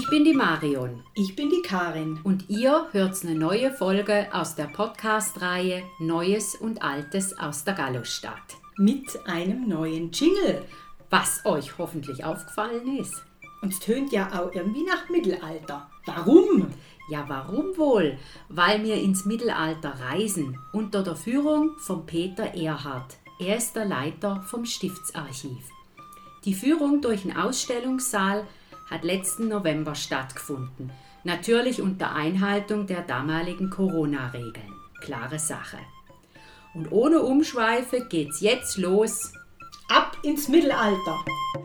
bin die Marion. Ich bin die Karin. Und ihr hört eine neue Folge aus der Podcast-Reihe Neues und Altes aus der Gallusstadt. Mit einem neuen Jingle. Was euch hoffentlich aufgefallen ist. Und es tönt ja auch irgendwie nach Mittelalter. Warum? Ja, warum wohl? Weil wir ins Mittelalter reisen, unter der Führung von Peter Erhard. Er ist der Leiter vom Stiftsarchiv. Die Führung durch den Ausstellungssaal hat letzten November stattgefunden. Natürlich unter Einhaltung der damaligen Corona-Regeln. Klare Sache. Und ohne Umschweife geht's jetzt los. Ab ins Mittelalter.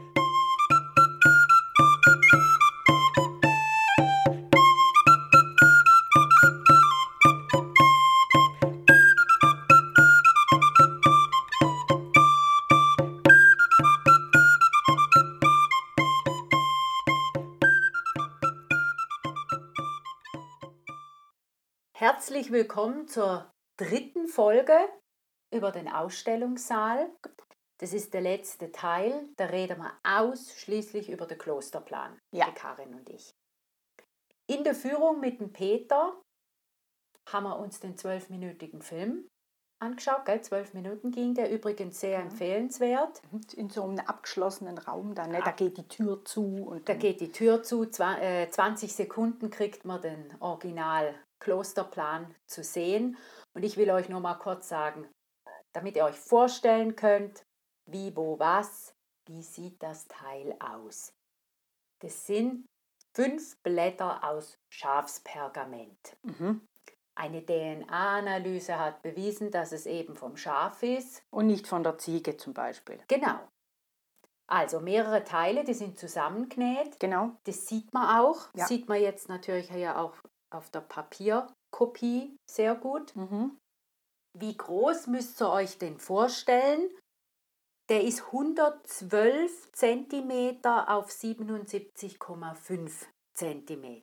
Herzlich willkommen zur dritten Folge über den Ausstellungssaal. Das ist der letzte Teil, da reden wir ausschließlich über den Klosterplan, die Karin und ich. In der Führung mit dem Peter haben wir uns den 12-minütigen Film angeschaut. 12 Minuten ging der, übrigens sehr empfehlenswert. In so einem abgeschlossenen Raum dann, ne? Da geht die Tür zu. Und da geht die Tür zu, 20 Sekunden kriegt man den Original Klosterplan zu sehen. Und ich will euch nur mal kurz sagen, damit ihr euch vorstellen könnt, wie, wo, was, wie sieht das Teil aus. Das sind 5 Blätter aus Schafspergament. Eine DNA-Analyse hat bewiesen, dass es eben vom Schaf ist. Und nicht von der Ziege zum Beispiel. Genau. Also mehrere Teile, die sind zusammengenäht. Genau. Das sieht man auch. Ja. Sieht man jetzt natürlich ja auch auf der Papierkopie sehr gut. Wie groß müsst ihr euch denn vorstellen? Der ist 112 cm auf 77,5 cm.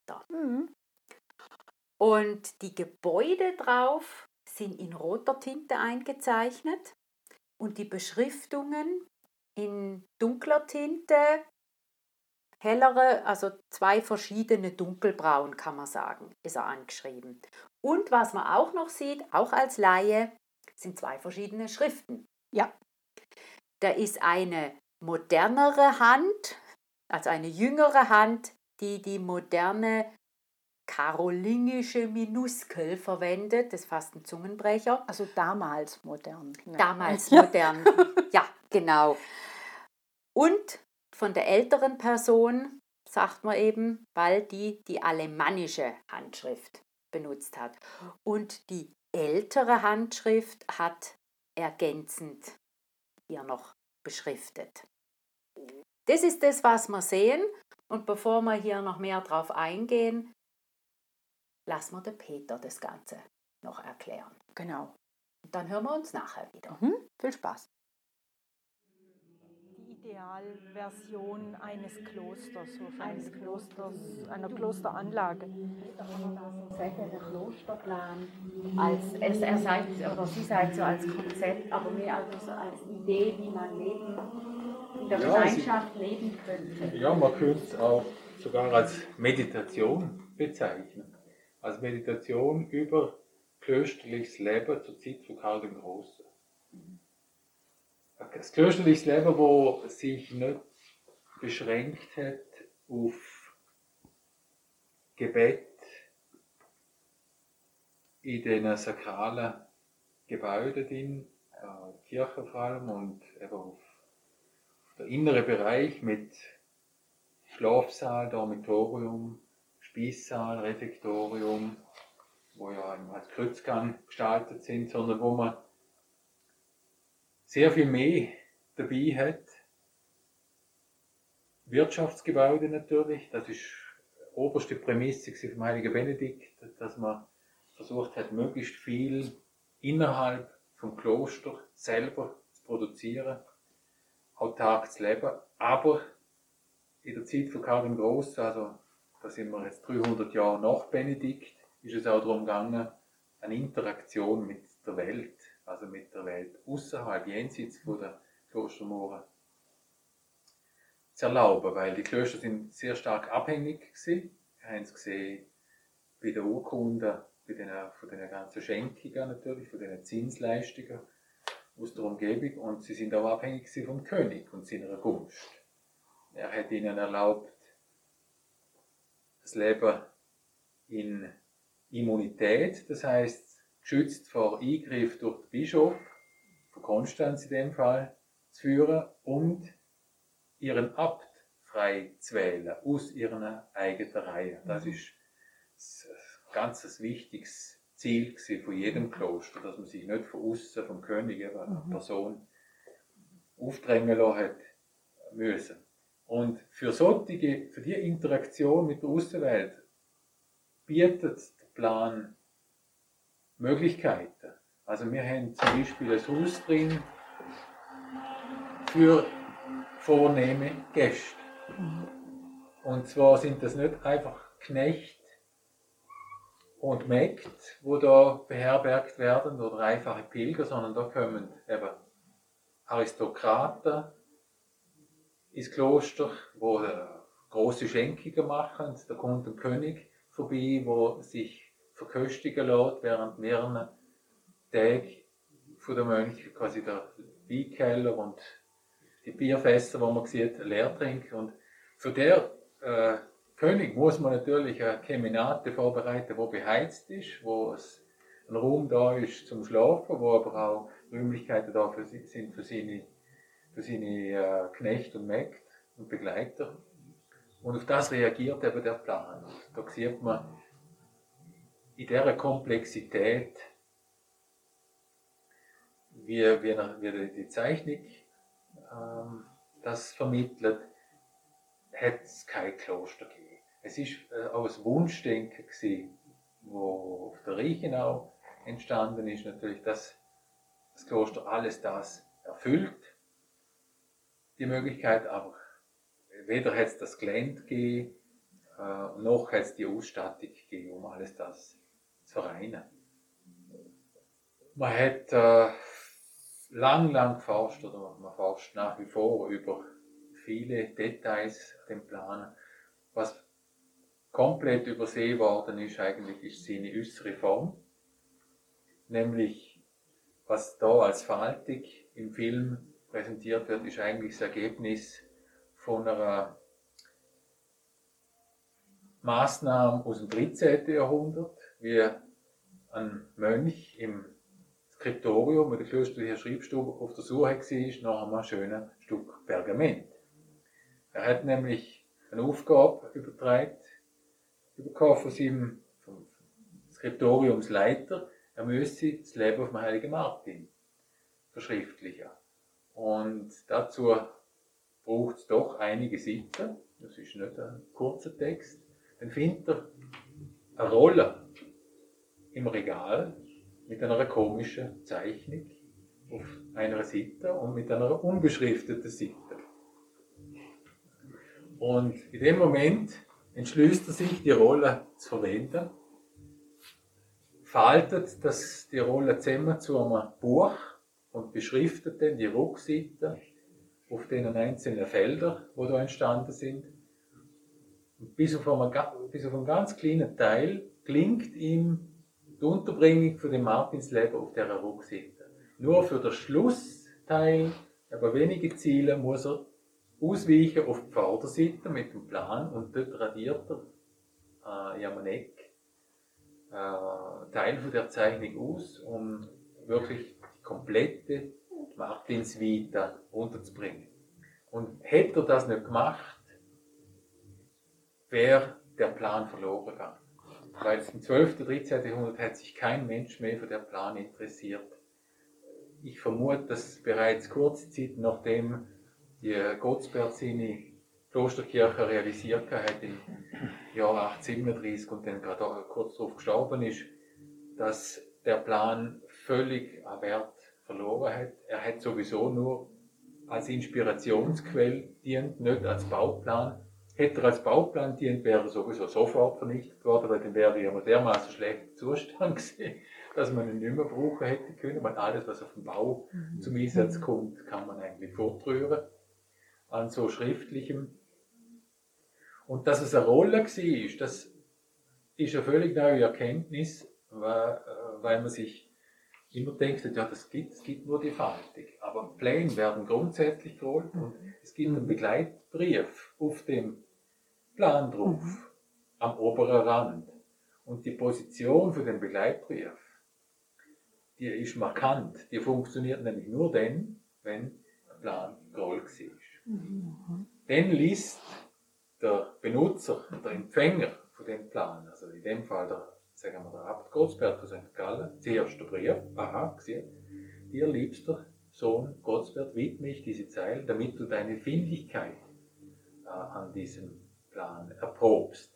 Und die Gebäude drauf sind in roter Tinte eingezeichnet und die Beschriftungen in dunkler Tinte, hellere, also 2 verschiedene dunkelbraun kann man sagen, ist er angeschrieben. Und was man auch noch sieht, auch als Laie, sind 2 verschiedene Schriften. Ja. Da ist eine modernere Hand, also eine jüngere Hand, die moderne karolingische Minuskel verwendet. Das ist fast ein Zungenbrecher. Also damals modern. Ne? Damals modern, ja, genau. Und von der älteren Person sagt man eben, weil die alemannische Handschrift benutzt hat. Und die ältere Handschrift hat ergänzend hier noch beschriftet. Das ist das, was wir sehen. Und bevor wir hier noch mehr drauf eingehen, lassen wir den Peter das Ganze noch erklären. Genau. Und dann hören wir uns nachher wieder. Viel Spaß. Die Idealversion eines Klosters, einer Klosteranlage. Der Klosterplan, er sagt, oder sie sagt so als Konzept, aber mehr also so als Idee, wie man in der Gemeinschaft leben könnte. Ja, man könnte es auch sogar als Meditation bezeichnen. Als Meditation über klösterliches Leben zur Zeit von Karl dem Großen. Das klösterliches Leben, das sich nicht beschränkt hat auf Gebet in den sakralen Gebäuden drin, Kirche vor allem, und eben auf der innere Bereich mit Schlafsaal, Dormitorium, Speissaal, Refektorium, wo ja als Kreuzgang gestaltet sind, sondern wo man sehr viel mehr dabei hat. Wirtschaftsgebäude natürlich, das ist die oberste Prämisse vom heiligen Benedikt, dass man versucht hat, möglichst viel innerhalb vom Kloster selber zu produzieren, autark zu leben, aber in der Zeit von Karl dem Großen, also da sind wir jetzt 300 Jahre nach Benedikt, ist es auch darum gegangen, eine Interaktion mit der Welt, also mit der Welt außerhalb, jenseits von der Klostermauern, zu erlauben, weil die Klöster sind sehr stark abhängig gewesen. Wir haben es gesehen bei den Urkunden, von den ganzen Schenkungen natürlich, von den Zinsleistungen aus der Umgebung, und sie sind auch abhängig vom König und seiner Gunst. Er hat ihnen erlaubt, das Leben in Immunität, das heißt geschützt vor Eingriff durch den Bischof, von Konstanz in dem Fall, zu führen und ihren Abt frei zu wählen, aus ihrer eigenen Reihe. Das ist ein ganz wichtiges Ziel von jedem Kloster, dass man sich nicht von außen, vom König, eine Person aufdrängen lassen hat müssen. Und für die Interaktion mit der Außenwelt bietet der Plan Möglichkeiten. Also wir haben zum Beispiel ein Haus drin für vornehme Gäste. Und zwar sind das nicht einfach Knecht und Mägd, wo da beherbergt werden, oder einfache Pilger, sondern da kommen eben Aristokraten ins Kloster, wo große Schenkungen machen. Da kommt ein König vorbei, der sich verköstigen lässt während mehreren Tagen von den Mönchen, quasi der Weinkeller und die Bierfässer, wo man sieht, leer trinkt. Und für den König muss man natürlich eine Kemenate vorbereiten, die beheizt ist, wo ein Raum da ist zum Schlafen, wo aber auch Räumlichkeiten da sind für seine Knechte und Mägde und Begleiter. Und auf das reagiert eben der Plan. Da sieht man in dieser Komplexität, wie die Zeichnung das vermittelt, hat es kein Kloster gegeben. Es war auch ein Wunschdenken, das auf der Reichenau entstanden ist, natürlich, dass das Kloster alles das erfüllt, die Möglichkeit, aber weder hat es das Gelände gegeben, noch hat es die Ausstattung gegeben, um alles das zu vereinen. Man hat lang geforscht, oder man forscht nach wie vor über viele Details dem Plan. Was komplett übersehen worden ist, eigentlich ist seine äußere Form, nämlich was da als Faltig im Film präsentiert wird, ist eigentlich das Ergebnis von einer Maßnahme aus dem 13. Jahrhundert, wie ein Mönch im Skriptorium, in der klösterlichen Schreibstube, auf der Suche war nach einem schönen Stück Pergament. Er hat nämlich eine Aufgabe bekommen von seinem Skriptoriumsleiter, er müsse das Leben vom heiligen Martin verschriftlichen. Und dazu braucht es doch einige Seiten, das ist nicht ein kurzer Text. Dann findet er eine Rolle im Regal mit einer komischen Zeichnung auf einer Seite und mit einer unbeschrifteten Seite. Und in dem Moment entschließt er sich, die Rolle zu verwenden, faltet die Rolle zusammen zu einem Buch und beschriftet dann die Rückseite auf den einzelnen Feldern, die da entstanden sind. Und bis auf einen ganz kleinen Teil gelingt ihm die Unterbringung von dem Martinsleben auf dieser Rückseite. Nur für den Schlussteil, aber wenige Ziele, muss er ausweichen auf die Vorderseite mit dem Plan, und dort radiert er in einem Eck Teil von der Zeichnung aus, um wirklich die komplette Martinsvita unterzubringen. Und hätte er das nicht gemacht, wäre der Plan verloren gegangen. Weil im 12. und 13. Jahrhundert hat sich kein Mensch mehr für den Plan interessiert. Ich vermute, dass bereits kurze Zeit nachdem die Gottsbert seine Klosterkirche realisiert hat, im Jahr 1837 und dann gerade kurz darauf gestorben ist, dass der Plan völlig an Wert verloren hat. Er hat sowieso nur als Inspirationsquelle dient, nicht als Bauplan. Hätte er als Bauplan dient, wäre er sowieso sofort vernichtet worden, weil dann wäre er in dermaßen schlechter Zustand gewesen, dass man ihn nicht mehr brauchen hätte können, weil alles, was auf dem Bau zum Einsatz kommt, kann man eigentlich fortrühren. an so Schriftlichem. Und dass es eine Rolle war, das ist eine völlig neue Erkenntnis, weil man sich immer denkt, ja, es gibt nur die Faltung. Aber Pläne werden grundsätzlich geholt und es gibt einen Begleitbrief auf dem Plan drauf, am oberen Rand. Und die Position für den Begleitbrief, die ist markant. Die funktioniert nämlich nur dann, wenn der Plan gerollt war. Dann liest der Benutzer, der Empfänger von dem Plan, also in dem Fall der Abt Gottsbert von St. Gallen, zuerst der Brief, aha, gesehen, dir liebster Sohn Gottsbert widme ich diese Zeilen, damit du deine Findigkeit an diesem Plan erprobst.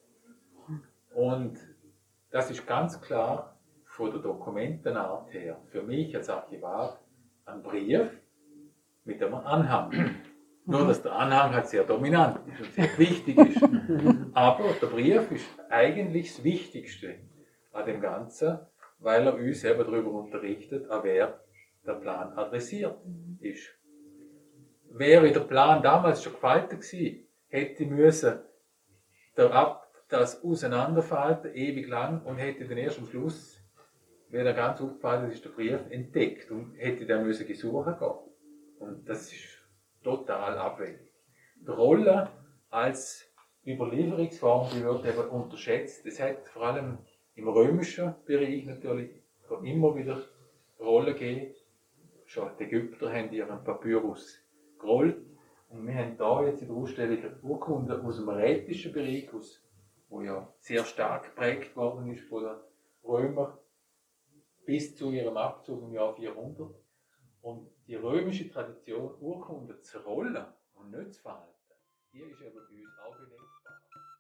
Und das ist ganz klar von der Dokumentenart her für mich als Archivar ein Brief mit einem Anhang. Nur, dass der Anhang halt sehr dominant ist und sehr wichtig ist. Aber der Brief ist eigentlich das Wichtigste an dem Ganzen, weil er uns selber darüber unterrichtet, an wer der Plan adressiert ist. Wäre der Plan damals schon gefaltet gewesen, hätte müssen der Abt das auseinanderfalten, ewig lang, und hätte dann erst am Schluss, wenn er ganz aufgefallen ist, der Brief entdeckt und hätte dann müssen gesuchen gehen. Und das ist total abwegig. Die Rolle als Überlieferungsform, die wird eben unterschätzt. Es hat vor allem im römischen Bereich natürlich immer wieder Rollen gegeben. Schon die Ägypter haben ihren Papyrus gerollt. Und wir haben hier jetzt in der Ausstellung Urkunden aus dem rätischen Bereich, wo ja sehr stark geprägt worden ist von den Römern bis zu ihrem Abzug im Jahr 400. Und die römische Tradition, Urkunden zu rollen und nicht zu verhalten, die ist aber bei uns auch belegbar.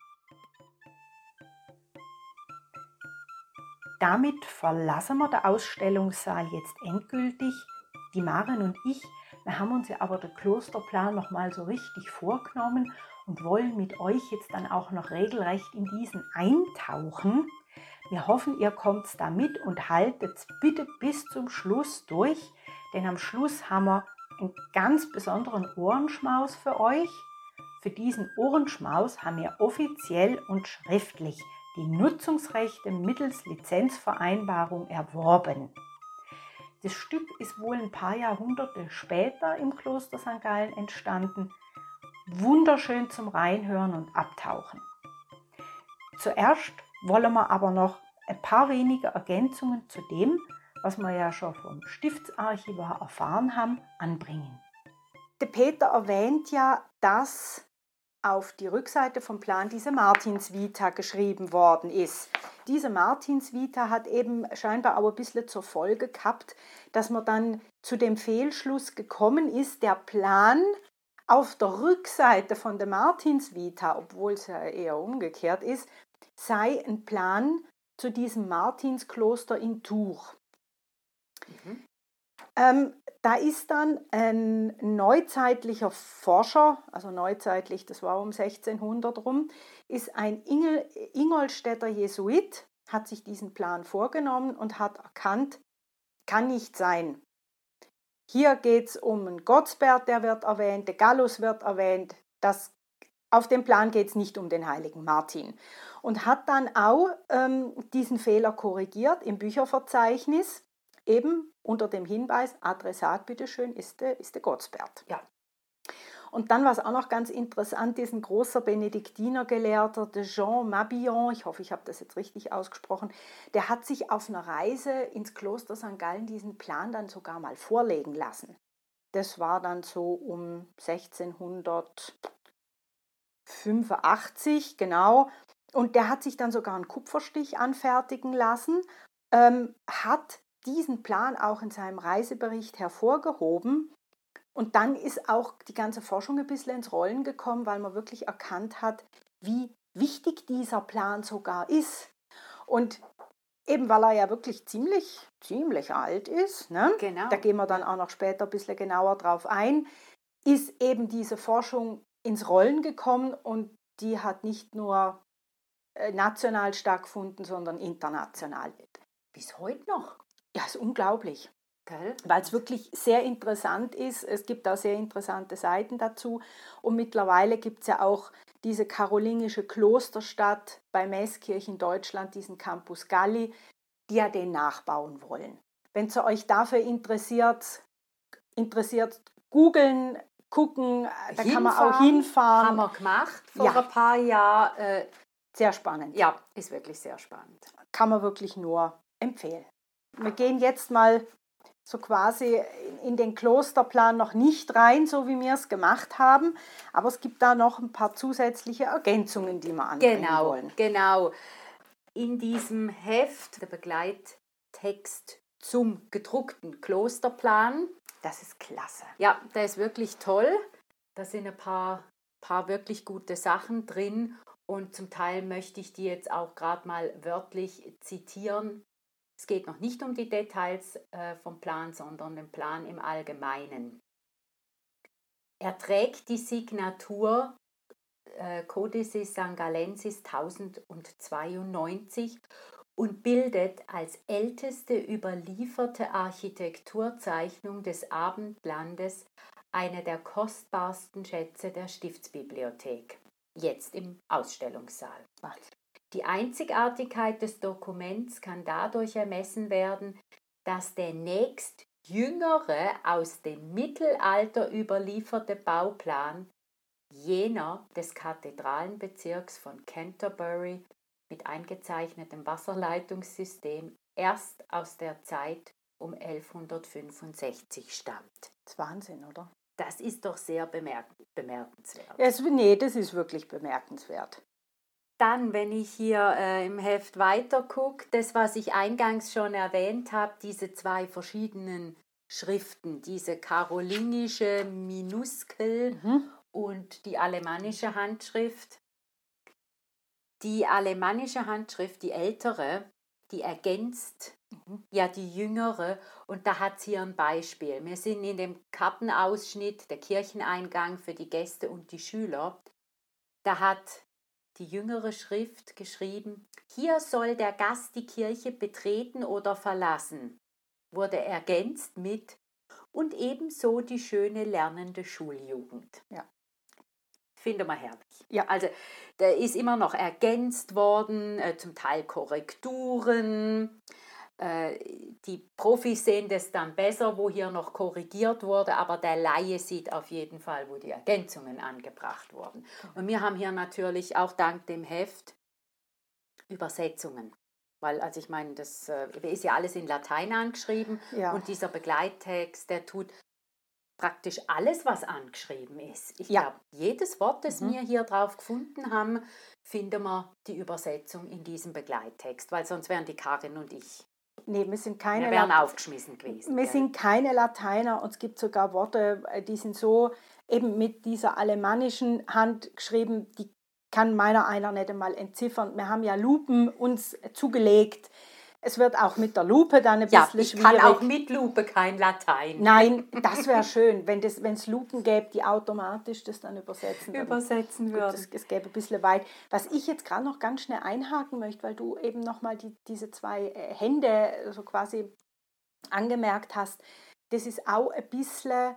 Damit verlassen wir den Ausstellungssaal jetzt endgültig. Die Maren und ich, wir haben uns ja aber den Klosterplan noch mal so richtig vorgenommen und wollen mit euch jetzt dann auch noch regelrecht in diesen eintauchen. Wir hoffen, ihr kommt da mit und haltet bitte bis zum Schluss durch, denn am Schluss haben wir einen ganz besonderen Ohrenschmaus für euch. Für diesen Ohrenschmaus haben wir offiziell und schriftlich die Nutzungsrechte mittels Lizenzvereinbarung erworben. Das Stück ist wohl ein paar Jahrhunderte später im Kloster St. Gallen entstanden. Wunderschön zum Reinhören und Abtauchen. Zuerst wollen wir aber noch ein paar wenige Ergänzungen zu dem, was wir ja schon vom Stiftsarchivar erfahren haben, anbringen. Der Peter erwähnt ja, dass auf die Rückseite vom Plan diese Martinsvita geschrieben worden ist. Diese Martinsvita hat eben scheinbar auch ein bisschen zur Folge gehabt, dass man dann zu dem Fehlschluss gekommen ist, der Plan auf der Rückseite von der Martinsvita, obwohl es ja eher umgekehrt ist, sei ein Plan zu diesem Martinskloster in Tuch. Da ist dann ein neuzeitlicher Forscher, also neuzeitlich, das war um 1600 rum, ist ein Ingolstädter Jesuit, hat sich diesen Plan vorgenommen und hat erkannt, kann nicht sein. Hier geht es um einen Gottsbert, der wird erwähnt, der Gallus wird erwähnt, auf dem Plan geht es nicht um den heiligen Martin. Und hat dann auch diesen Fehler korrigiert im Bücherverzeichnis, eben unter dem Hinweis, Adressat bitteschön ist der Gottsbert. Ja. Und dann, was auch noch ganz interessant ist, ein großer Benediktinergelehrter, de Jean Mabillon, ich hoffe, ich habe das jetzt richtig ausgesprochen, der hat sich auf einer Reise ins Kloster St. Gallen diesen Plan dann sogar mal vorlegen lassen. Das war dann so um 1685, genau. Und der hat sich dann sogar einen Kupferstich anfertigen lassen, hat diesen Plan auch in seinem Reisebericht hervorgehoben. Und dann ist auch die ganze Forschung ein bisschen ins Rollen gekommen, weil man wirklich erkannt hat, wie wichtig dieser Plan sogar ist. Und eben weil er ja wirklich ziemlich alt ist, ne? Genau. Da gehen wir dann auch noch später ein bisschen genauer drauf ein, ist eben diese Forschung ins Rollen gekommen und die hat nicht nur national stattgefunden, sondern international. Bis heute noch. Ja, ist unglaublich. weil es wirklich sehr interessant ist. Es gibt auch sehr interessante Seiten dazu. Und mittlerweile gibt es ja auch diese karolingische Klosterstadt bei Meßkirch in Deutschland, diesen Campus Galli, die ja den nachbauen wollen. Wenn es euch dafür interessiert, googeln, gucken, da kann man auch hinfahren. Haben wir gemacht vor ein paar Jahren. Sehr spannend. Ja, ist wirklich sehr spannend. Kann man wirklich nur empfehlen. Wir gehen jetzt mal so quasi in den Klosterplan noch nicht rein, so wie wir es gemacht haben, aber es gibt da noch ein paar zusätzliche Ergänzungen, die wir anbringen wollen. Genau. In diesem Heft, der Begleittext zum gedruckten Klosterplan. Das ist klasse. Ja, der ist wirklich toll. Da sind ein paar wirklich gute Sachen drin und zum Teil möchte ich die jetzt auch gerade mal wörtlich zitieren. Es geht noch nicht um die Details vom Plan, sondern den Plan im Allgemeinen. Er trägt die Signatur Codicis Sangalensis 1092 und bildet als älteste überlieferte Architekturzeichnung des Abendlandes eine der kostbarsten Schätze der Stiftsbibliothek, jetzt im Ausstellungssaal. Die Einzigartigkeit des Dokuments kann dadurch ermessen werden, dass der nächst jüngere, aus dem Mittelalter überlieferte Bauplan jener des Kathedralenbezirks von Canterbury mit eingezeichnetem Wasserleitungssystem erst aus der Zeit um 1165 stammt. Das ist Wahnsinn, oder? Das ist doch sehr bemerkenswert. Das ist wirklich bemerkenswert. Dann, wenn ich hier im Heft weiter gucke, das, was ich eingangs schon erwähnt habe, diese zwei verschiedenen Schriften, diese karolingische Minuskel und die alemannische Handschrift. Die alemannische Handschrift, die ältere, die ergänzt ja die jüngere und da hat es hier ein Beispiel. Wir sind in dem Kartenausschnitt, der Kircheneingang für die Gäste und die Schüler. Da hat die jüngere Schrift geschrieben, hier soll der Gast die Kirche betreten oder verlassen, wurde ergänzt mit und ebenso die schöne lernende Schuljugend. Ja. Finde mal herrlich. Ja. Also der ist immer noch ergänzt worden, zum Teil Korrekturen. Die Profis sehen das dann besser, wo hier noch korrigiert wurde, aber der Laie sieht auf jeden Fall, wo die Ergänzungen angebracht wurden. Und wir haben hier natürlich auch dank dem Heft Übersetzungen. Weil, also ich meine, das ist ja alles in Latein angeschrieben und dieser Begleittext, der tut praktisch alles, was angeschrieben ist. Ich glaube, jedes Wort, das wir hier drauf gefunden haben, finden wir die Übersetzung in diesem Begleittext, weil sonst wären die Karin und ich wir wären aufgeschmissen gewesen. Wir sind keine Lateiner und es gibt sogar Worte, die sind so eben mit dieser alemannischen Hand geschrieben, die kann meiner einer nicht einmal entziffern. Wir haben ja Lupen uns zugelegt. Es wird auch mit der Lupe dann ein bisschen schwierig. Ja, ich kann auch mit Lupe kein Latein. Nein, das wäre schön, wenn es Lupen gäbe, die automatisch das dann übersetzen würden. Es gäbe ein bisschen weit. Was ich jetzt gerade noch ganz schnell einhaken möchte, weil du eben nochmal diese zwei Hände so quasi angemerkt hast, das ist auch ein bisschen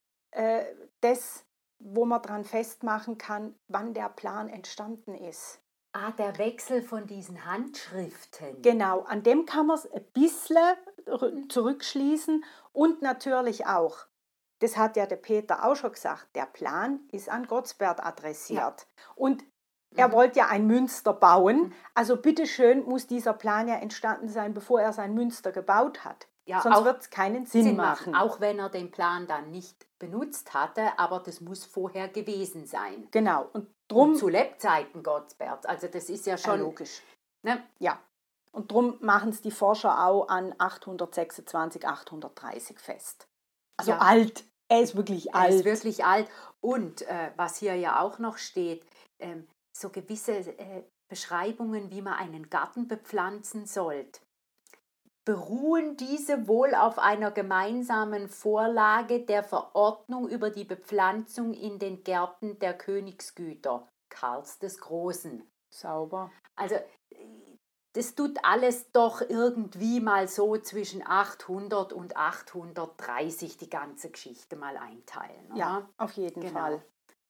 das, wo man dran festmachen kann, wann der Plan entstanden ist. Der Wechsel von diesen Handschriften. Genau, an dem kann man es ein bisschen zurückschließen und natürlich auch, das hat ja der Peter auch schon gesagt, der Plan ist an Gottsbert adressiert. Ja. Und er wollte ja ein Münster bauen, also bitteschön muss dieser Plan ja entstanden sein, bevor er sein Münster gebaut hat. Ja, sonst wird es keinen Sinn machen. Auch wenn er den Plan dann nicht benutzt hatte, aber das muss vorher gewesen sein. Genau. Und zu Lebzeiten Gottsberts. Also das ist ja schon logisch. Ne? Ja. Und darum machen es die Forscher auch an 826, 830 fest. Also alt. Er ist wirklich alt. Er ist wirklich alt. Und was hier ja auch noch steht, so gewisse Beschreibungen, wie man einen Garten bepflanzen sollte. Beruhen diese wohl auf einer gemeinsamen Vorlage der Verordnung über die Bepflanzung in den Gärten der Königsgüter Karls des Großen. Sauber. Also das tut alles doch irgendwie mal so zwischen 800 und 830 die ganze Geschichte mal einteilen. Oder? Ja, auf jeden Fall.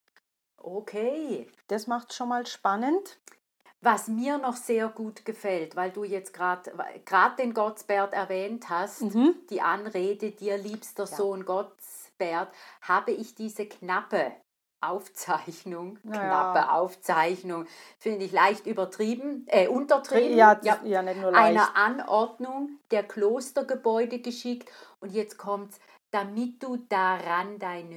Okay. Das macht schon mal spannend. Was mir noch sehr gut gefällt, weil du jetzt gerade den Gottsbert erwähnt hast, die Anrede, dir liebster Sohn Gottsbert, habe ich diese knappe Aufzeichnung, finde ich leicht untertrieben, Ja, nicht nur leicht. einer Anordnung der Klostergebäude geschickt. Und jetzt kommt's, damit du daran deine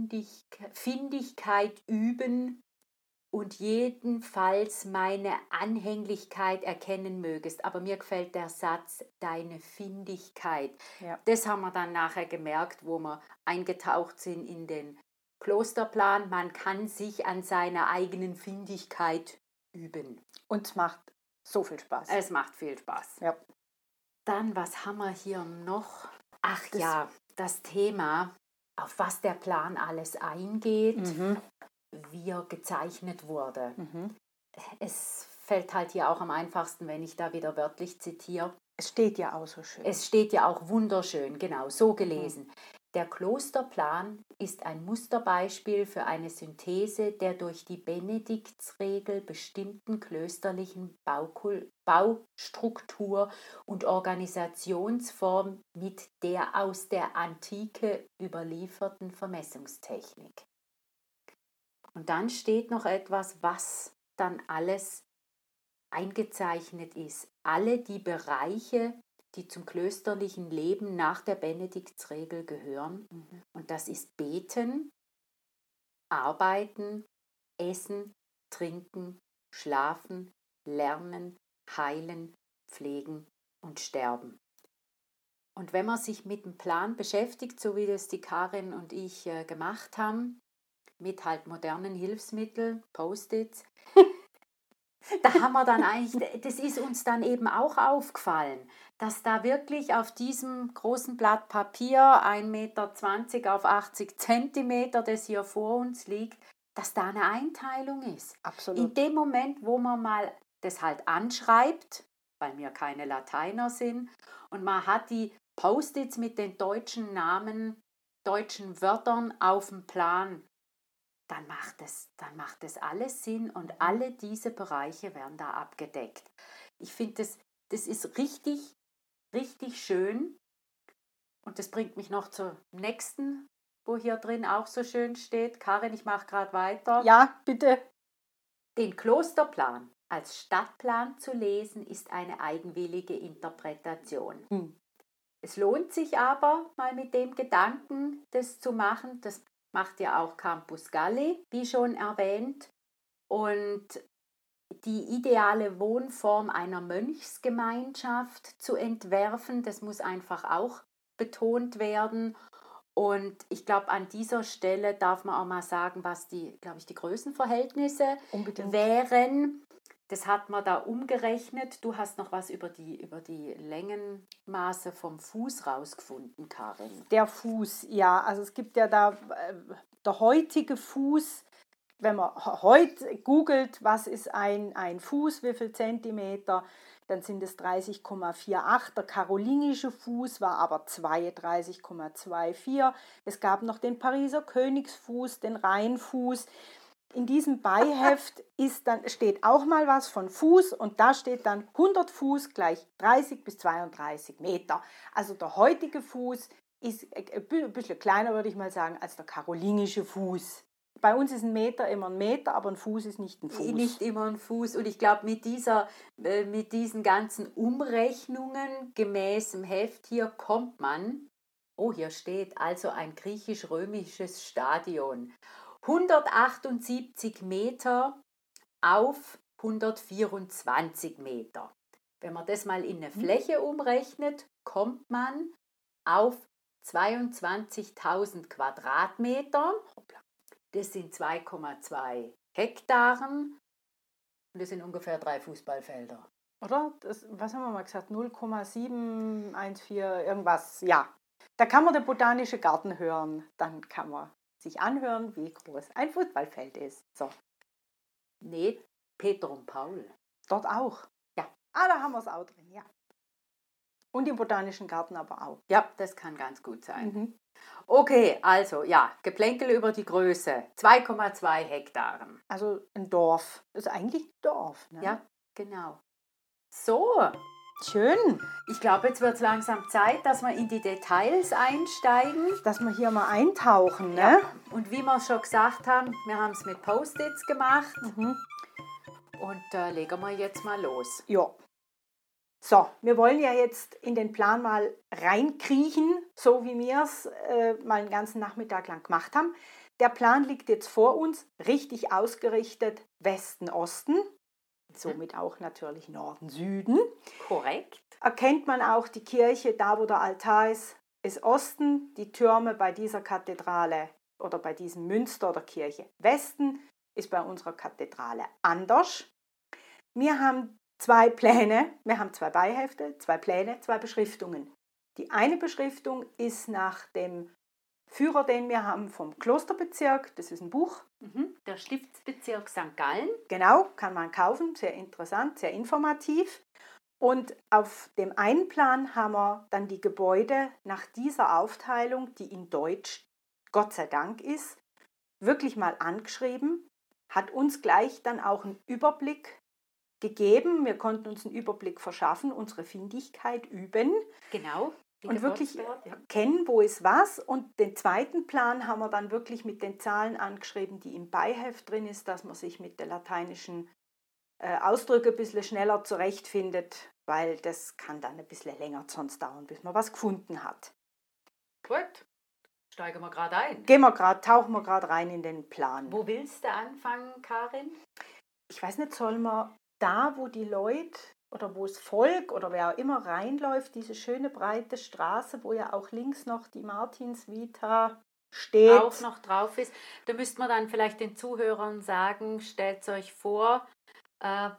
Findigkeit üben und jedenfalls meine Anhänglichkeit erkennen mögest. Aber mir gefällt der Satz, deine Findigkeit. Ja. Das haben wir dann nachher gemerkt, wo wir eingetaucht sind in den Klosterplan. Man kann sich an seiner eigenen Findigkeit üben. Und es macht so viel Spaß. Es macht viel Spaß. Ja. Dann, was haben wir hier noch? Ach ja, das Thema, auf was der Plan alles eingeht, wie er gezeichnet wurde. Es fällt halt hier auch am einfachsten, wenn ich da wieder wörtlich zitiere. Es steht ja auch so schön. Es steht ja auch wunderschön, genau, so gelesen. Der Klosterplan ist ein Musterbeispiel für eine Synthese der durch die Benediktsregel bestimmten klösterlichen Baustruktur und Organisationsform mit der aus der Antike überlieferten Vermessungstechnik. Und dann steht noch etwas, was dann alles eingezeichnet ist. Alle die Bereiche, die zum klösterlichen Leben nach der Benediktsregel gehören. Und das ist Beten, Arbeiten, Essen, Trinken, Schlafen, Lernen, Heilen, Pflegen und Sterben. Und wenn man sich mit dem Plan beschäftigt, so wie das die Karin und ich gemacht haben, mit halt modernen Hilfsmitteln, Post-its, da haben wir dann eigentlich, das ist uns dann eben auch aufgefallen, dass da wirklich auf diesem großen Blatt Papier 1,20 Meter auf 80 Zentimeter, das hier vor uns liegt, dass da eine Einteilung ist. Absolut. In dem Moment, wo man mal das halt anschreibt, weil wir keine Lateiner sind, und man hat die Post-its mit den deutschen Namen, deutschen Wörtern auf dem Plan, dann macht es alles Sinn und alle diese Bereiche werden da abgedeckt. Ich finde, das ist richtig, richtig schön. Und das bringt mich noch zum nächsten, wo hier drin auch so schön steht. Karin, ich mache gerade weiter. Ja, bitte. Den Klosterplan als Stadtplan zu lesen, ist eine eigenwillige Interpretation. Es lohnt sich aber, mal mit dem Gedanken, das zu machen. Das macht ja auch Campus Galli, wie schon erwähnt. Und die ideale Wohnform einer Mönchsgemeinschaft zu entwerfen, das muss einfach auch betont werden. Und ich glaube, an dieser Stelle darf man auch mal sagen, was die Größenverhältnisse wären. Das hat man da umgerechnet. Du hast noch was über die Längenmaße vom Fuß rausgefunden, Karin. Der Fuß, ja. Also es gibt ja da der heutige Fuß. Wenn man heute googelt, was ist ein Fuß, wie viel Zentimeter, dann sind es 30,48. Der karolingische Fuß war aber 32,24. Es gab noch den Pariser Königsfuß, den Rheinfuß. In diesem Beiheft steht auch mal was von Fuß und da steht dann 100 Fuß gleich 30 bis 32 Meter. Also der heutige Fuß ist ein bisschen kleiner, würde ich mal sagen, als der karolingische Fuß. Bei uns ist ein Meter immer ein Meter, aber ein Fuß ist nicht ein Fuß. Nicht immer ein Fuß. Und ich glaube, mit diesen ganzen Umrechnungen gemäß dem Heft hier kommt man, hier steht also ein griechisch-römisches Stadion. 178 Meter auf 124 Meter. Wenn man das mal in eine Fläche umrechnet, kommt man auf 22.000 Quadratmeter. Das sind 2,2 Hektaren und das sind ungefähr 3 Fußballfelder. Oder? Was haben wir mal gesagt? 0,714 irgendwas. Ja, da kann man den Botanischen Garten hören. Dann kann man sich anhören, wie groß ein Fußballfeld ist. So. Nee, Peter und Paul. Dort auch. Ja. Ah, da haben wir es auch drin, ja. Und im Botanischen Garten aber auch. Ja, das kann ganz gut sein. Mhm. Okay, also ja, Geplänkel über die Größe. 2,2 Hektaren. Also ein Dorf. Das ist eigentlich ein Dorf. Ne? Ja, genau. So, Schön, ich glaube, jetzt wird es langsam Zeit, dass wir in die Details einsteigen. dass wir hier mal eintauchen. Ne? Ja. Und wie wir schon gesagt haben, wir haben es mit Post-its gemacht. Mhm. Und legen wir jetzt mal los. Ja. So, wir wollen ja jetzt in den Plan mal reinkriechen, so wie wir es mal den ganzen Nachmittag lang gemacht haben. Der Plan liegt jetzt vor uns, richtig ausgerichtet Westen, Osten, somit auch natürlich Norden, Süden. Korrekt. Erkennt man auch die Kirche, da wo der Altar ist Osten, die Türme bei dieser Kathedrale oder bei diesem Münster oder Kirche Westen, ist bei unserer Kathedrale anders. Wir haben 2 Pläne, wir haben 2 Beihefte, 2 Pläne, 2 Beschriftungen. Die eine Beschriftung ist nach dem Führer, den wir haben vom Klosterbezirk, das ist ein Buch. Der Stiftsbezirk St. Gallen. Genau, kann man kaufen, sehr interessant, sehr informativ. Und auf dem einen Plan haben wir dann die Gebäude nach dieser Aufteilung, die in Deutsch, Gott sei Dank ist, wirklich mal angeschrieben, hat uns gleich dann auch einen Überblick gegeben. Wir konnten uns einen Überblick verschaffen, unsere Findigkeit üben. Genau. Und wirklich erkennen, wo ist was. Und den zweiten Plan haben wir dann wirklich mit den Zahlen angeschrieben, die im Beiheft drin ist, dass man sich mit den lateinischen Ausdrücken ein bisschen schneller zurechtfindet, weil das kann dann ein bisschen länger sonst dauern, bis man was gefunden hat. Gut, steigen wir gerade ein. Tauchen wir gerade rein in den Plan. Wo willst du anfangen, Karin? Ich weiß nicht, sollen wir da, wo die Leute oder wo das Volk oder wer auch immer reinläuft, diese schöne breite Straße, wo ja auch links noch die Martinsvita steht. Auch noch drauf ist. Da müsste man dann vielleicht den Zuhörern sagen, stellt euch vor, man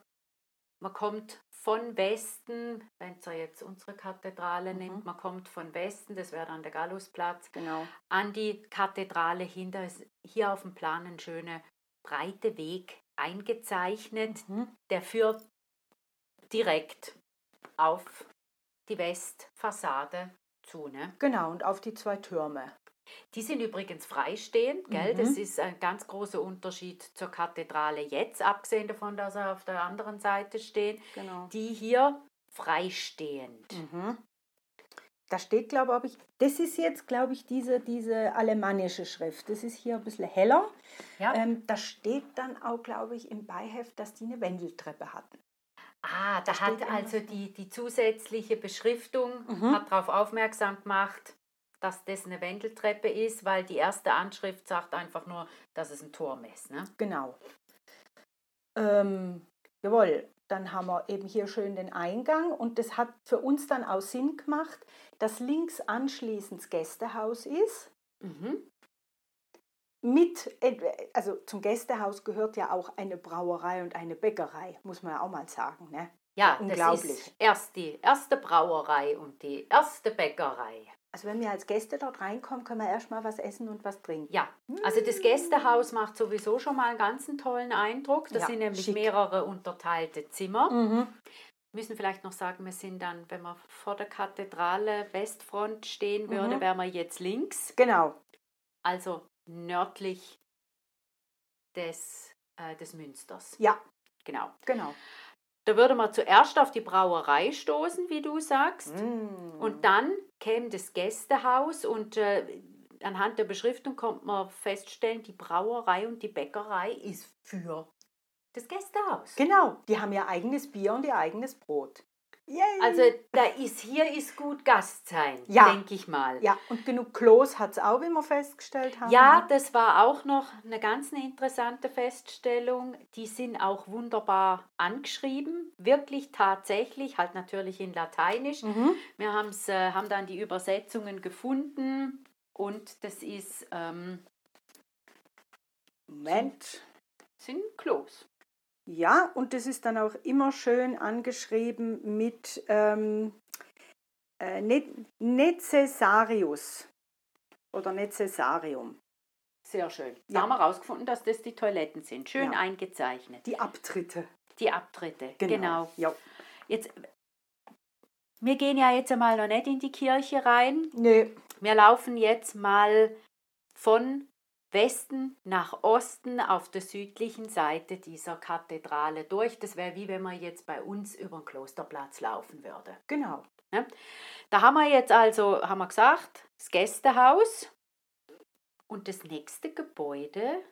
kommt von Westen, wenn ihr jetzt unsere Kathedrale nimmt, man kommt von Westen, das wäre dann der Gallusplatz, Genau. an die Kathedrale hin. Da ist hier auf dem Plan ein schöner breiter Weg eingezeichnet, der führt direkt auf die Westfassade zu. Ne? Genau, und auf die 2 Türme. Die sind übrigens freistehend, gell? Das ist ein ganz großer Unterschied zur Kathedrale jetzt, abgesehen davon, dass sie auf der anderen Seite stehen. Genau. Die hier freistehend. Da steht, glaube ich, das ist jetzt, glaube ich, diese alemannische Schrift. Das ist hier ein bisschen heller. Ja. Da steht dann auch, glaube ich, im Beiheft, dass die eine Wendeltreppe hatten. Ah, da hat also die zusätzliche Beschriftung hat darauf aufmerksam gemacht, dass das eine Wendeltreppe ist, weil die erste Anschrift sagt einfach nur, dass es ein Turm ist. Ne? Genau. Jawohl, dann haben wir eben hier schön den Eingang und das hat für uns dann auch Sinn gemacht, dass links anschließend das Gästehaus ist. Also zum Gästehaus gehört ja auch eine Brauerei und eine Bäckerei, muss man ja auch mal sagen. Ne? Ja, unglaublich. Das ist erst die erste Brauerei und die erste Bäckerei. Also wenn wir als Gäste dort reinkommen, können wir erstmal was essen und was trinken. Ja, also das Gästehaus macht sowieso schon mal einen ganz tollen Eindruck. Das sind nämlich schick. Mehrere unterteilte Zimmer. Wir müssen vielleicht noch sagen, wir sind dann, wenn man vor der Kathedrale Westfront stehen würde, wären wir jetzt links. Genau. Also nördlich des Münsters. Ja. Genau. Da würde man zuerst auf die Brauerei stoßen, wie du sagst. Und dann käme das Gästehaus und anhand der Beschriftung kommt man feststellen, die Brauerei und die Bäckerei ist für das Gästehaus. Genau, die haben ihr eigenes Bier und ihr eigenes Brot. Yay. Also hier ist gut Gast sein, denke ich mal. Ja, und genug Klos hat es auch, wie wir festgestellt haben. Ja, das war auch noch eine ganz interessante Feststellung. Die sind auch wunderbar angeschrieben, wirklich tatsächlich, halt natürlich in Lateinisch. Wir haben dann die Übersetzungen gefunden und das ist sind Klos. Ja, und das ist dann auch immer schön angeschrieben mit Necessarius oder Necessarium. Sehr schön. Da haben wir herausgefunden, dass das die Toiletten sind. Schön eingezeichnet. Die Abtritte. Die Abtritte, genau. Ja. wir gehen ja jetzt einmal noch nicht in die Kirche rein. Nee. Wir laufen jetzt mal von Westen nach Osten auf der südlichen Seite dieser Kathedrale durch. Das wäre wie wenn man jetzt bei uns über den Klosterplatz laufen würde. Genau. Ne? Da haben wir jetzt also, haben wir gesagt, das Gästehaus und das nächste Gebäude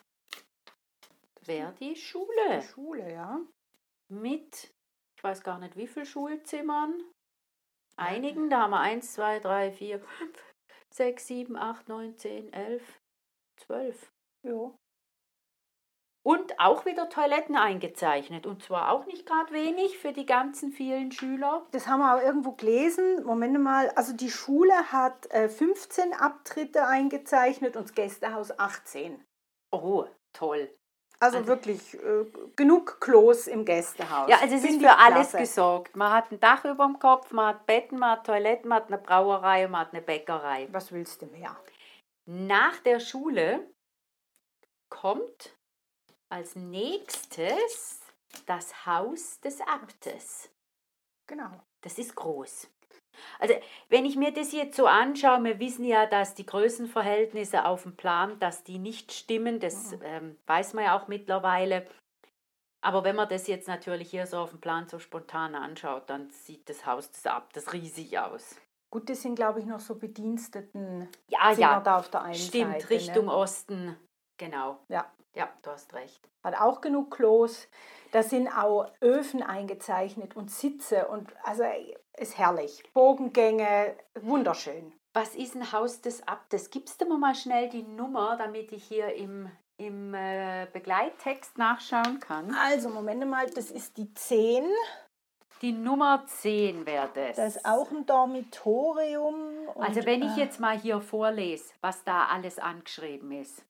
wäre die Schule. Die Schule, ja. Mit, ich weiß gar nicht wie viele Schulzimmern, einigen, da haben wir 1, 2, 3, 4, 5, 6, 7, 8, 9, 10, 11, 12. Ja. Und auch wieder Toiletten eingezeichnet. Und zwar auch nicht gerade wenig für die ganzen vielen Schüler. Das haben wir auch irgendwo gelesen. Moment mal, also die Schule hat 15 Abtritte eingezeichnet und das Gästehaus 18. Oh, toll. Also wirklich genug Klos im Gästehaus. Ja, also es ist Finde für ich alles klasse. gesorgt. Man hat ein Dach über dem Kopf, man hat Betten, man hat Toiletten, man hat eine Brauerei und man hat eine Bäckerei. Was willst du mehr? Nach der Schule kommt als nächstes das Haus des Abtes. Genau. Das ist groß. Also wenn ich mir das jetzt so anschaue, wir wissen ja, dass die Größenverhältnisse auf dem Plan, dass die nicht stimmen, das weiß man ja auch mittlerweile. Aber wenn man das jetzt natürlich hier so auf dem Plan so spontan anschaut, dann sieht das Haus des Abtes riesig aus. Gut, das sind, glaube ich, noch so Bediensteten Ja, Zimmer ja, da auf der einen stimmt, Seite. Richtung Ne? Osten, genau. Ja. Ja, du hast recht. Hat auch genug Klos. Da sind auch Öfen eingezeichnet und Sitze und also ist herrlich. Bogengänge, wunderschön. Was ist ein Haus des Abtes? Gibst du mir mal schnell die Nummer, damit ich hier im Begleittext nachschauen kann? Also, Moment mal, das ist die 10. Die Nummer 10 wäre das. Da ist auch ein Dormitorium. Und, Also wenn ich jetzt mal hier vorlese, was da alles angeschrieben ist.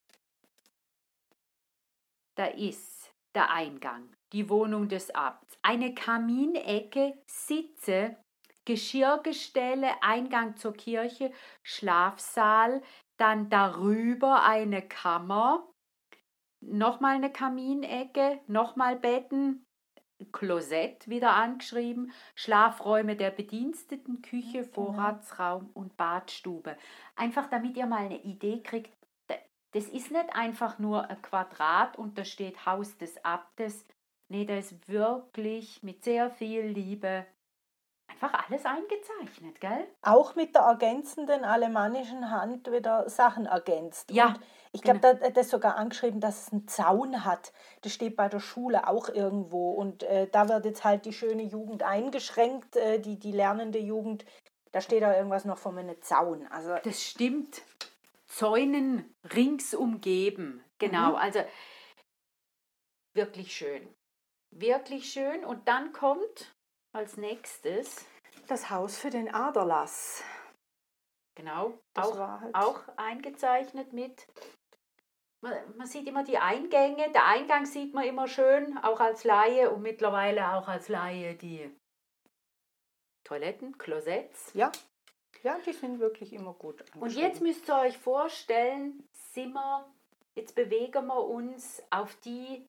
Da ist der Eingang, die Wohnung des Abts, eine Kaminecke, Sitze, Geschirrgestelle, Eingang zur Kirche, Schlafsaal, dann darüber eine Kammer, nochmal eine Kaminecke, nochmal Betten, Klosett wieder angeschrieben, Schlafräume der Bediensteten, Küche, Vorratsraum und Badstube. Einfach damit ihr mal eine Idee kriegt, das ist nicht einfach nur ein Quadrat und da steht Haus des Abtes. Nee, da ist wirklich mit sehr viel Liebe einfach alles eingezeichnet, gell? auch mit der ergänzenden alemannischen Hand wieder Sachen ergänzt. Ja, Und ich glaube, da hat das sogar angeschrieben, dass es einen Zaun hat. Das steht bei der Schule auch irgendwo. Und da wird jetzt halt die schöne Jugend eingeschränkt, die lernende Jugend. Da steht da irgendwas noch von einem Zaun. Also das stimmt. Zäunen rings umgeben. Genau, also wirklich schön. Wirklich schön. Und dann kommt als nächstes, das Haus für den Aderlass. genau, Das war halt- auch eingezeichnet mit. Man sieht immer die Eingänge. Der Eingang sieht man immer schön, auch als Laie und mittlerweile auch als Laie die Toiletten, Klosetts. Ja, die sind wirklich immer gut Und angeschrieben. jetzt müsst ihr euch vorstellen, jetzt bewegen wir uns auf die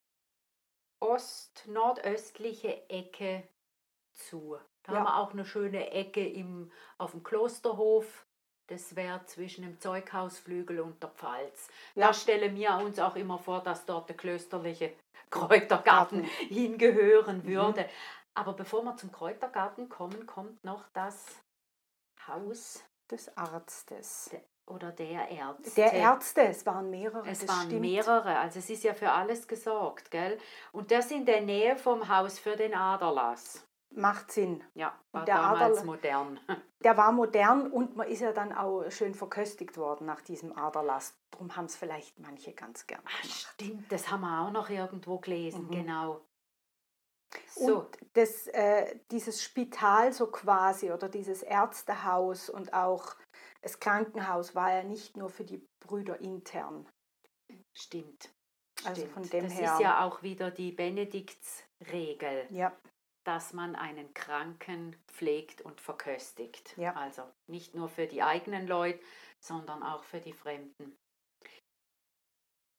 nordöstliche Ecke zu. Da haben wir auch eine schöne Ecke auf dem Klosterhof. Das wäre zwischen dem Zeughausflügel und der Pfalz. Ja. Da stellen wir uns auch immer vor, dass dort der klösterliche Kräutergarten hingehören würde. Aber bevor wir zum Kräutergarten kommen, kommt noch das Haus des Arztes. oder der Ärzte. Der Ärzte, es waren mehrere. Es das waren stimmt. mehrere, also es ist ja für alles gesorgt, gell? Und das in der Nähe vom Haus für den Aderlass. Macht Sinn. Ja, war Der damals Aderla- modern. Der war modern und man ist ja dann auch schön verköstigt worden nach diesem Aderlass. Darum haben es vielleicht manche ganz gern Ach, gemacht. stimmt, das haben wir auch noch irgendwo gelesen, genau. So, Und dieses Spital so quasi oder dieses Ärztehaus und auch das Krankenhaus war ja nicht nur für die Brüder intern. stimmt. Also stimmt. von dem das her. ist ja auch wieder die Benediktsregel, Ja, dass man einen Kranken pflegt und verköstigt. Ja. Also nicht nur für die eigenen Leute, sondern auch für die Fremden.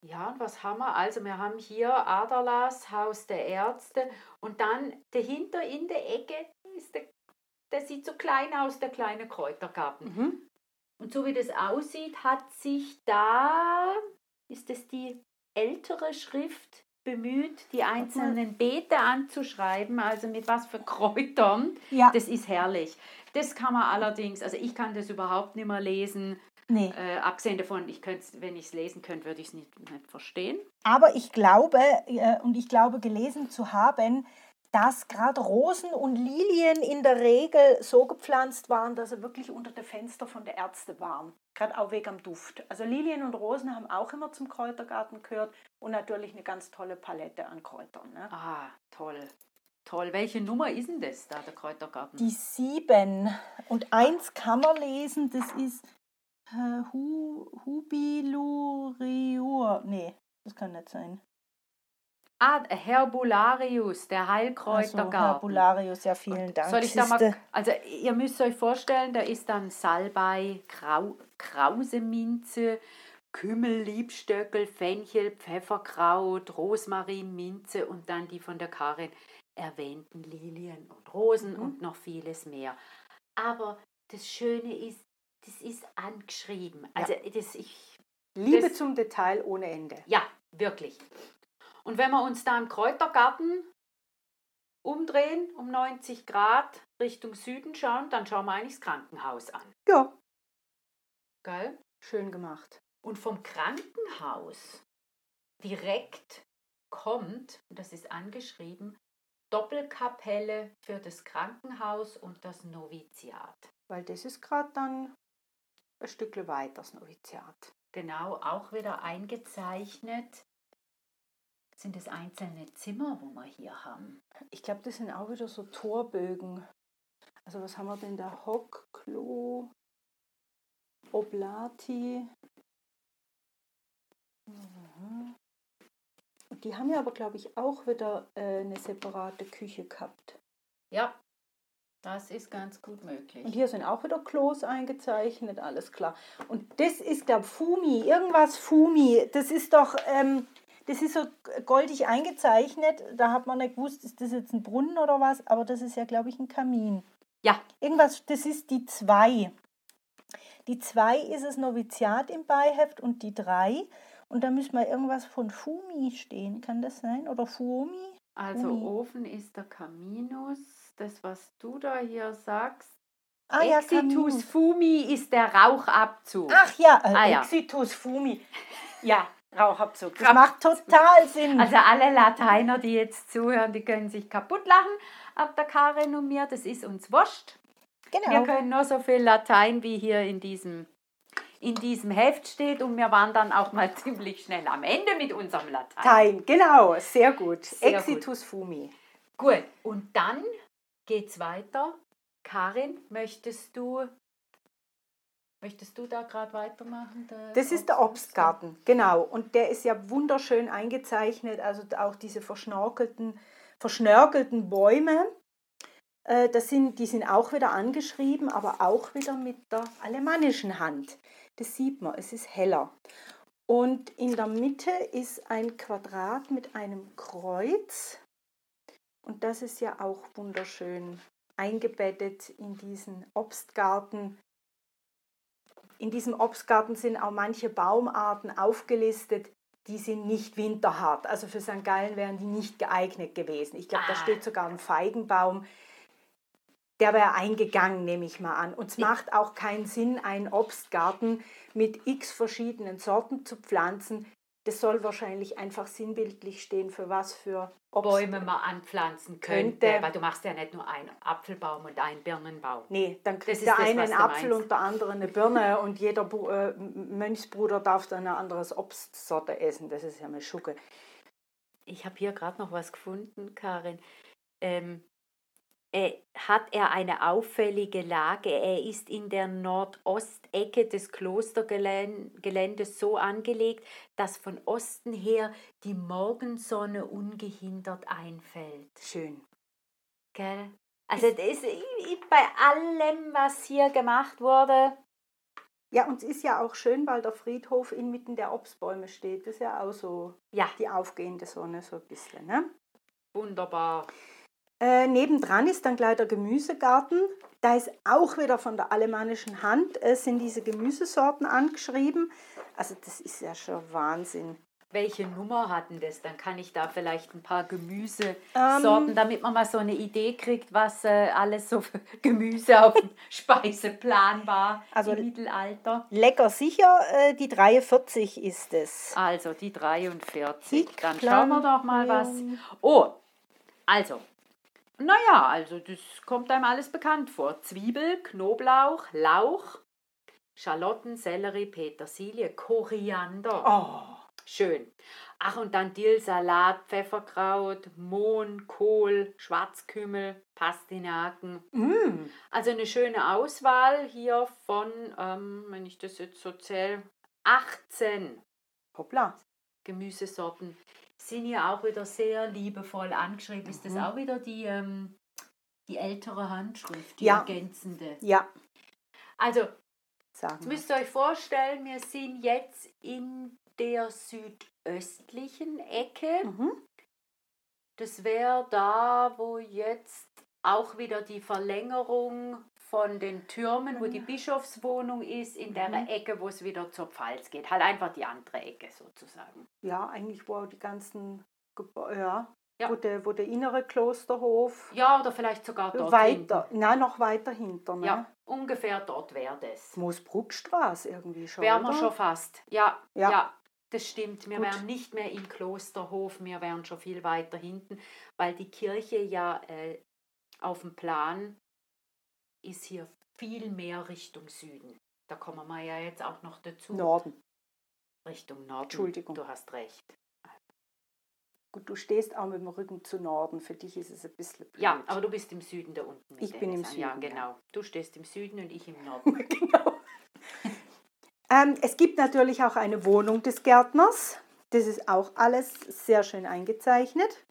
Ja, und was haben wir? Also wir haben hier Aderlass, Haus der Ärzte und dann dahinter in der Ecke ist der sieht so klein aus, der kleine Kräutergarten. Mhm. Und so wie das aussieht, hat sich da, ist es die ältere Schrift bemüht, die einzelnen Beete anzuschreiben, also mit was für Kräutern. Ja. Das ist herrlich. Das kann man allerdings, also ich kann das überhaupt nicht mehr lesen. Nee. Abgesehen davon, wenn ich es lesen könnte, würde ich es nicht verstehen. Aber ich glaube, gelesen zu haben, dass gerade Rosen und Lilien in der Regel so gepflanzt waren, dass sie wirklich unter den Fenstern von der Ärzte waren. Gerade auch wegen am Duft. Also Lilien und Rosen haben auch immer zum Kräutergarten gehört und natürlich eine ganz tolle Palette an Kräutern. Ne? Ah, toll. Toll. Welche Nummer ist denn das da, der Kräutergarten? Die 7. Und 1 kann man lesen, das ist Hubiluriur. Nee, das kann nicht sein. Ah, Herbularius, der Heilkräutergarten. Also, Herbularius, ja, vielen Dank. Soll ich da mal, also ihr müsst euch vorstellen, da ist dann Salbei, Krauseminze, Kümmel, Liebstöckel, Fenchel, Pfefferkraut, Rosmarin, Minze und dann die von der Karin erwähnten Lilien und Rosen und noch vieles mehr. Aber das Schöne ist, das ist angeschrieben. Also Liebe zum Detail ohne Ende. Ja, wirklich. Und wenn wir uns da im Kräutergarten umdrehen, um 90 Grad Richtung Süden schauen, dann schauen wir eigentlich das Krankenhaus an. Ja. Geil? Schön gemacht. Und vom Krankenhaus direkt kommt, das ist angeschrieben, Doppelkapelle für das Krankenhaus und das Noviziat. Weil das ist gerade dann ein Stückchen weiter, das Noviziat. Genau, auch wieder eingezeichnet. Sind es einzelne Zimmer, wo wir hier haben? Ich glaube, das sind auch wieder so Torbögen. Also was haben wir denn da? Hock, Klo, Oblati. Und die haben ja aber, glaube ich, auch wieder eine separate Küche gehabt. Ja, das ist ganz gut möglich. Und hier sind auch wieder Klos eingezeichnet, alles klar. Und das ist, glaube ich, Fumi, irgendwas Fumi. Das ist doch... das ist so goldig eingezeichnet, da hat man nicht gewusst, ist das jetzt ein Brunnen oder was, aber das ist ja, glaube ich, ein Kamin. Ja. Irgendwas, das ist die 2. Die 2 ist das Noviziat im Beiheft und die 3. Und da müsste mal irgendwas von Fumi stehen, kann das sein? Oder Fumi? Also Fumi. Ofen ist der Caminus, das was du da hier sagst. Ja, Exitus Fumi ist der Rauchabzug. Ach ja, ja. Exitus Fumi. Ja. Rauchabzug. Das macht total Sinn. Also alle Lateiner, die jetzt zuhören, die können sich kaputt lachen ab der Karin und mir. Das ist uns wurscht. Genau. Wir können nur so viel Latein, wie hier in diesem Heft steht. Und wir waren dann auch mal ziemlich schnell am Ende mit unserem Latein. Genau, sehr gut. Sehr Exitus gut. Fumi. Gut, und dann geht's weiter. Karin, möchtest du da gerade weitermachen? Das ist der Obstgarten, genau. Und der ist ja wunderschön eingezeichnet, also auch diese verschnörkelten Bäume. Die sind auch wieder angeschrieben, aber auch wieder mit der alemannischen Hand. Das sieht man, es ist heller. Und in der Mitte ist ein Quadrat mit einem Kreuz. Und das ist ja auch wunderschön eingebettet in diesen Obstgarten. In diesem Obstgarten sind auch manche Baumarten aufgelistet, die sind nicht winterhart. Also für St. Gallen wären die nicht geeignet gewesen. Ich glaube, da steht sogar ein Feigenbaum. Der wäre eingegangen, nehme ich mal an. Und es macht auch keinen Sinn, einen Obstgarten mit x verschiedenen Sorten zu pflanzen. Das soll wahrscheinlich einfach sinnbildlich stehen, für was für Bäume man anpflanzen könnte. Weil du machst ja nicht nur einen Apfelbaum und einen Birnenbaum. Nee, dann kriegt der eine einen Apfel und der andere eine Birne und jeder Mönchsbruder darf dann eine andere Obstsorte essen. Das ist ja eine Schucke. Ich habe hier gerade noch was gefunden, Karin. Hat er eine auffällige Lage. Er ist in der Nordostecke des Klostergeländes so angelegt, dass von Osten her die Morgensonne ungehindert einfällt. Schön. Gell? Also das ist bei allem, was hier gemacht wurde, Ja, und es ist ja auch schön, weil der Friedhof inmitten der Obstbäume steht. Das ist ja auch so Ja, die aufgehende Sonne so ein bisschen. Ne? wunderbar. Nebendran ist dann gleich der Gemüsegarten. Da ist auch wieder von der alemannischen Hand, sind diese Gemüsesorten angeschrieben. Also das ist ja schon Wahnsinn. Welche Nummer hatten das? Dann kann ich da vielleicht ein paar Gemüsesorten, damit man mal so eine Idee kriegt, was alles so für Gemüse auf dem Speiseplan war Also im Mittelalter. lecker sicher, die 43 ist es. Also die 43. Dann Hickplan- schauen wir doch mal was. Oh, also, naja, also das kommt einem alles bekannt vor. Zwiebel, Knoblauch, Lauch, Schalotten, Sellerie, Petersilie, Koriander. Oh, Schön. Ach, und dann Dill, Salat, Pfefferkraut, Mohn, Kohl, Schwarzkümmel, Pastinaken. Also eine schöne Auswahl hier von, wenn ich das jetzt so zähle, 18 hoppla. Gemüsesorten. Sind hier auch wieder sehr liebevoll angeschrieben. Ist das auch wieder die ältere Handschrift, die Ja. ergänzende? Ja, Also, sagen jetzt wir. müsst ihr euch vorstellen, wir sind jetzt in der südöstlichen Ecke. Das wäre da, wo jetzt auch wieder die Verlängerung von den Türmen, wo die Bischofswohnung ist, in der Ecke, wo es wieder zur Pfalz geht. Halt einfach die andere Ecke sozusagen. Ja, eigentlich wo auch die ganzen Gebäude, Ja. wo der innere Klosterhof Ja, oder vielleicht sogar dort weiter, hinten. nein, noch weiter hinter, ne? Ja, ungefähr dort wäre das. Moosbruckstraße irgendwie schon, Wären wir oder? schon fast. Ja, Ja. ja, das stimmt. Wir Gut. wären nicht mehr im Klosterhof, wir wären schon viel weiter hinten, weil die Kirche ja auf dem Plan ist hier viel mehr Richtung Süden. Da kommen wir ja jetzt auch noch dazu. Norden. Richtung Norden. Entschuldigung. Du hast recht. Gut, du stehst auch mit dem Rücken zu Norden, für dich ist es ein bisschen blöd. Ja, aber du bist im Süden da unten. mit Ich bin im Dennis. Ja, Süden, genau. Du stehst im Süden und ich im Norden. Genau. Es gibt natürlich auch eine Wohnung des Gärtners. Das ist auch alles sehr schön eingezeichnet.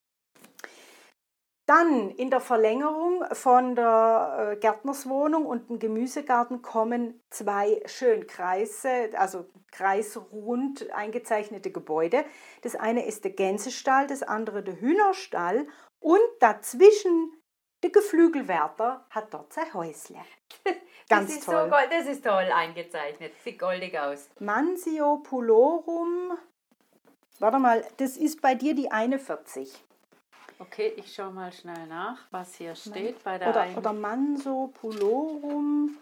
Dann in der Verlängerung von der Gärtnerswohnung und dem Gemüsegarten kommen zwei schön kreisrund eingezeichnete Gebäude. Das eine ist der Gänsestall, das andere der Hühnerstall und dazwischen der Geflügelwärter hat dort sein Häusle. Ganz das ist toll. So, das ist toll eingezeichnet. Sieht goldig aus. Mansio pulorum. Warte mal, das ist bei dir die 41. Okay, ich schaue mal schnell nach, was hier steht bei der Oder Manso pulorum.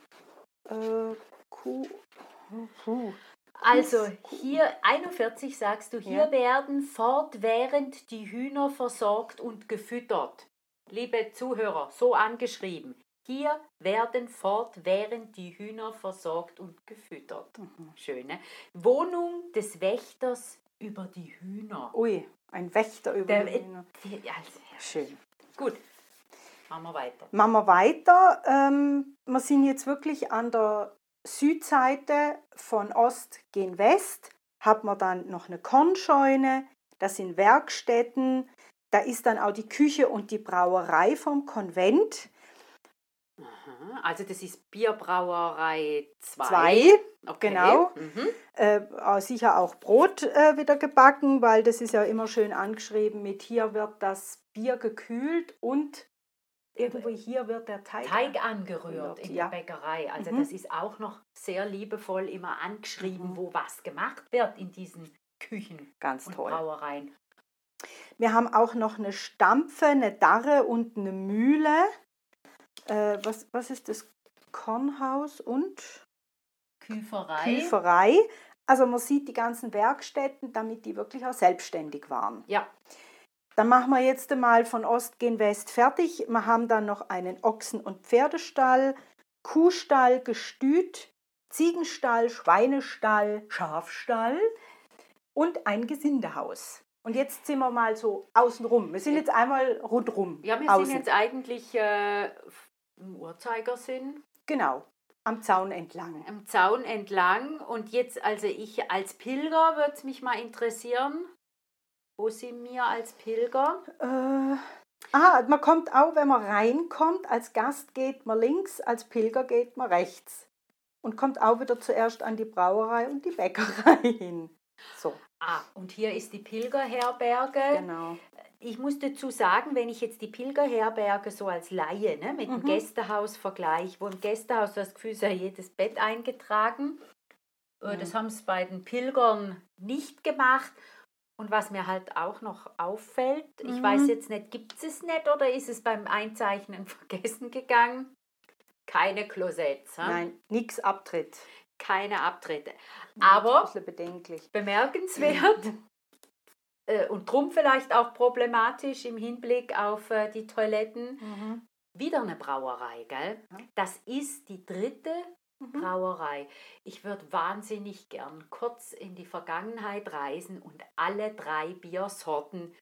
Also hier 41 sagst du, hier werden fortwährend die Hühner versorgt und gefüttert. Liebe Zuhörer, so angeschrieben. Hier werden fortwährend die Hühner versorgt und gefüttert. Schön, ne? Wohnung des Wächters über die Hühner. Ui, ein Wächter über die Hühner. Schön. Gut, machen wir weiter. Machen wir weiter. Wir sind jetzt wirklich an der Südseite, von Ost gegen West. Hat man dann noch eine Kornscheune, das sind Werkstätten, da ist dann auch die Küche und die Brauerei vom Konvent. Also das ist Bierbrauerei 2. 2, Okay. genau. Sicher auch Brot wieder gebacken, weil das ist ja immer schön angeschrieben mit hier wird das Bier gekühlt und irgendwo hier wird der Teig angerührt in der Bäckerei. Also das ist auch noch sehr liebevoll immer angeschrieben, wo was gemacht wird in diesen Küchen Ganz und toll. Brauereien. Wir haben auch noch eine Stampfe, eine Darre und eine Mühle. Was ist das? Kornhaus und Küferei. Also man sieht die ganzen Werkstätten, damit die wirklich auch selbstständig waren. Ja. Dann machen wir jetzt einmal von Ost gegen West fertig. Wir haben dann noch einen Ochsen- und Pferdestall, Kuhstall, Gestüt, Ziegenstall, Schweinestall, Schafstall und ein Gesindehaus. Und jetzt sind wir mal so außenrum. Wir sind jetzt einmal rundrum. Ja, wir sind jetzt eigentlich im Uhrzeigersinn. Genau, am Zaun entlang. Am Zaun entlang. Und jetzt, also ich als Pilger, würde es mich mal interessieren. Wo sind wir als Pilger? Man kommt auch, wenn man reinkommt, als Gast geht man links, als Pilger geht man rechts. und kommt auch wieder zuerst an die Brauerei und die Bäckerei hin. So. Und hier ist die Pilgerherberge. Genau. Ich muss dazu sagen, wenn ich jetzt die Pilgerherberge so als Laie mit dem Gästehaus vergleiche, wo im Gästehaus das Gefühl ist, ja jedes Bett eingetragen. Das haben es bei den Pilgern nicht gemacht. Und was mir halt auch noch auffällt, ich weiß jetzt nicht, gibt es nicht oder ist es beim Einzeichnen vergessen gegangen? Keine Klosetts. Nein, nichts Abtritt. Keine Abtritte. Aber ein bisschen bedenklich. Bemerkenswert und drum vielleicht auch problematisch im Hinblick auf die Toiletten. Wieder eine Brauerei, gell? Das ist die 3. Brauerei. Ich würde wahnsinnig gern kurz in die Vergangenheit reisen und alle 3 Biersorten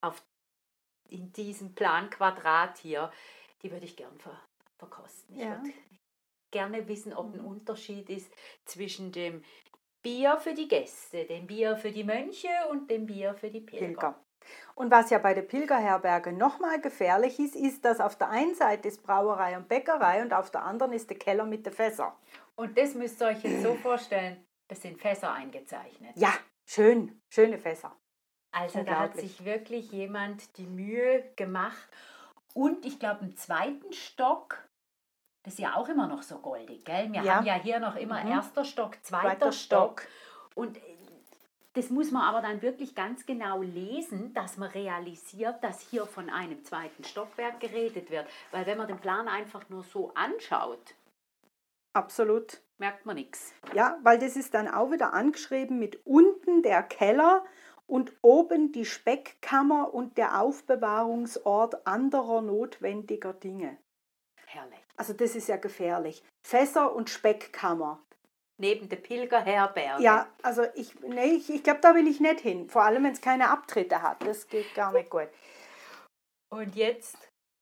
in diesem Planquadrat hier, die würde ich gern verkosten. Ich würde gerne wissen, ob ein Unterschied ist zwischen dem Bier für die Gäste, dem Bier für die Mönche und dem Bier für die Pilger. Und was ja bei der Pilgerherberge nochmal gefährlich ist, ist, dass auf der einen Seite ist Brauerei und Bäckerei und auf der anderen ist der Keller mit den Fässern. Und das müsst ihr euch jetzt so vorstellen, das sind Fässer eingezeichnet. Ja, schöne Fässer. Also da hat sich wirklich jemand die Mühe gemacht. Und ich glaube im 2. Stock, das ist ja auch immer noch so goldig, gell? Wir haben ja hier noch immer 1. Stock, 2. Stock. Und das muss man aber dann wirklich ganz genau lesen, dass man realisiert, dass hier von einem 2. Stockwerk geredet wird. Weil wenn man den Plan einfach nur so anschaut, absolut, merkt man nichts. Ja, weil das ist dann auch wieder angeschrieben mit unten der Keller und oben die Speckkammer und der Aufbewahrungsort anderer notwendiger Dinge. Herrlich. Also das ist ja gefährlich. Fässer und Speckkammer. Neben der Pilgerherberge. Ja, also ich glaube, da will ich nicht hin. Vor allem, wenn es keine Abtritte hat. Das geht gar nicht gut. Und jetzt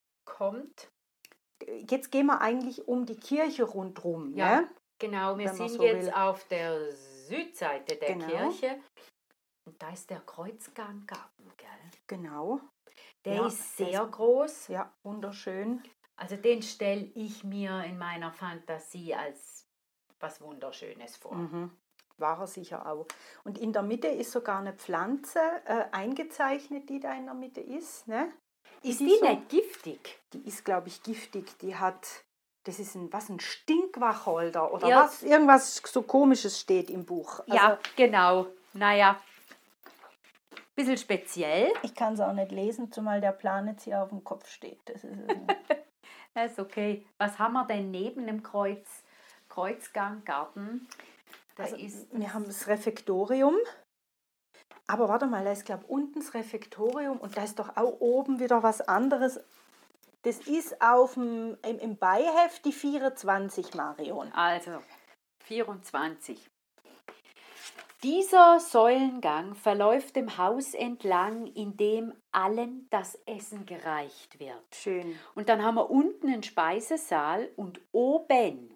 gehen wir eigentlich um die Kirche rundherum. Ja, ne? Genau. Wir sind so jetzt auf der Südseite der Kirche. Und da ist der Kreuzganggarten, gell? Genau. Der ist sehr groß. Ja, wunderschön. Also den stelle ich mir in meiner Fantasie als was Wunderschönes vor. War er sicher auch. Und in der Mitte ist sogar eine Pflanze eingezeichnet, die da in der Mitte ist. Ne? Ist die nicht giftig? Die ist, glaube ich, giftig. Das ist ein Stinkwacholder oder ja. was? Irgendwas so Komisches steht im Buch. Also, ja, genau. Naja, bisschen speziell. Ich kann es auch nicht lesen, zumal der Plan jetzt hier auf dem Kopf steht. Das ist das ist okay. Was haben wir denn neben dem Kreuzganggarten? Wir haben das Refektorium. Aber warte mal, da ist, glaube ich, unten das Refektorium und da ist doch auch oben wieder was anderes. Das ist im Beiheft die 24, Marion. Also, 24. Dieser Säulengang verläuft dem Haus entlang, in dem allen das Essen gereicht wird. Schön. Und dann haben wir unten einen Speisesaal und oben,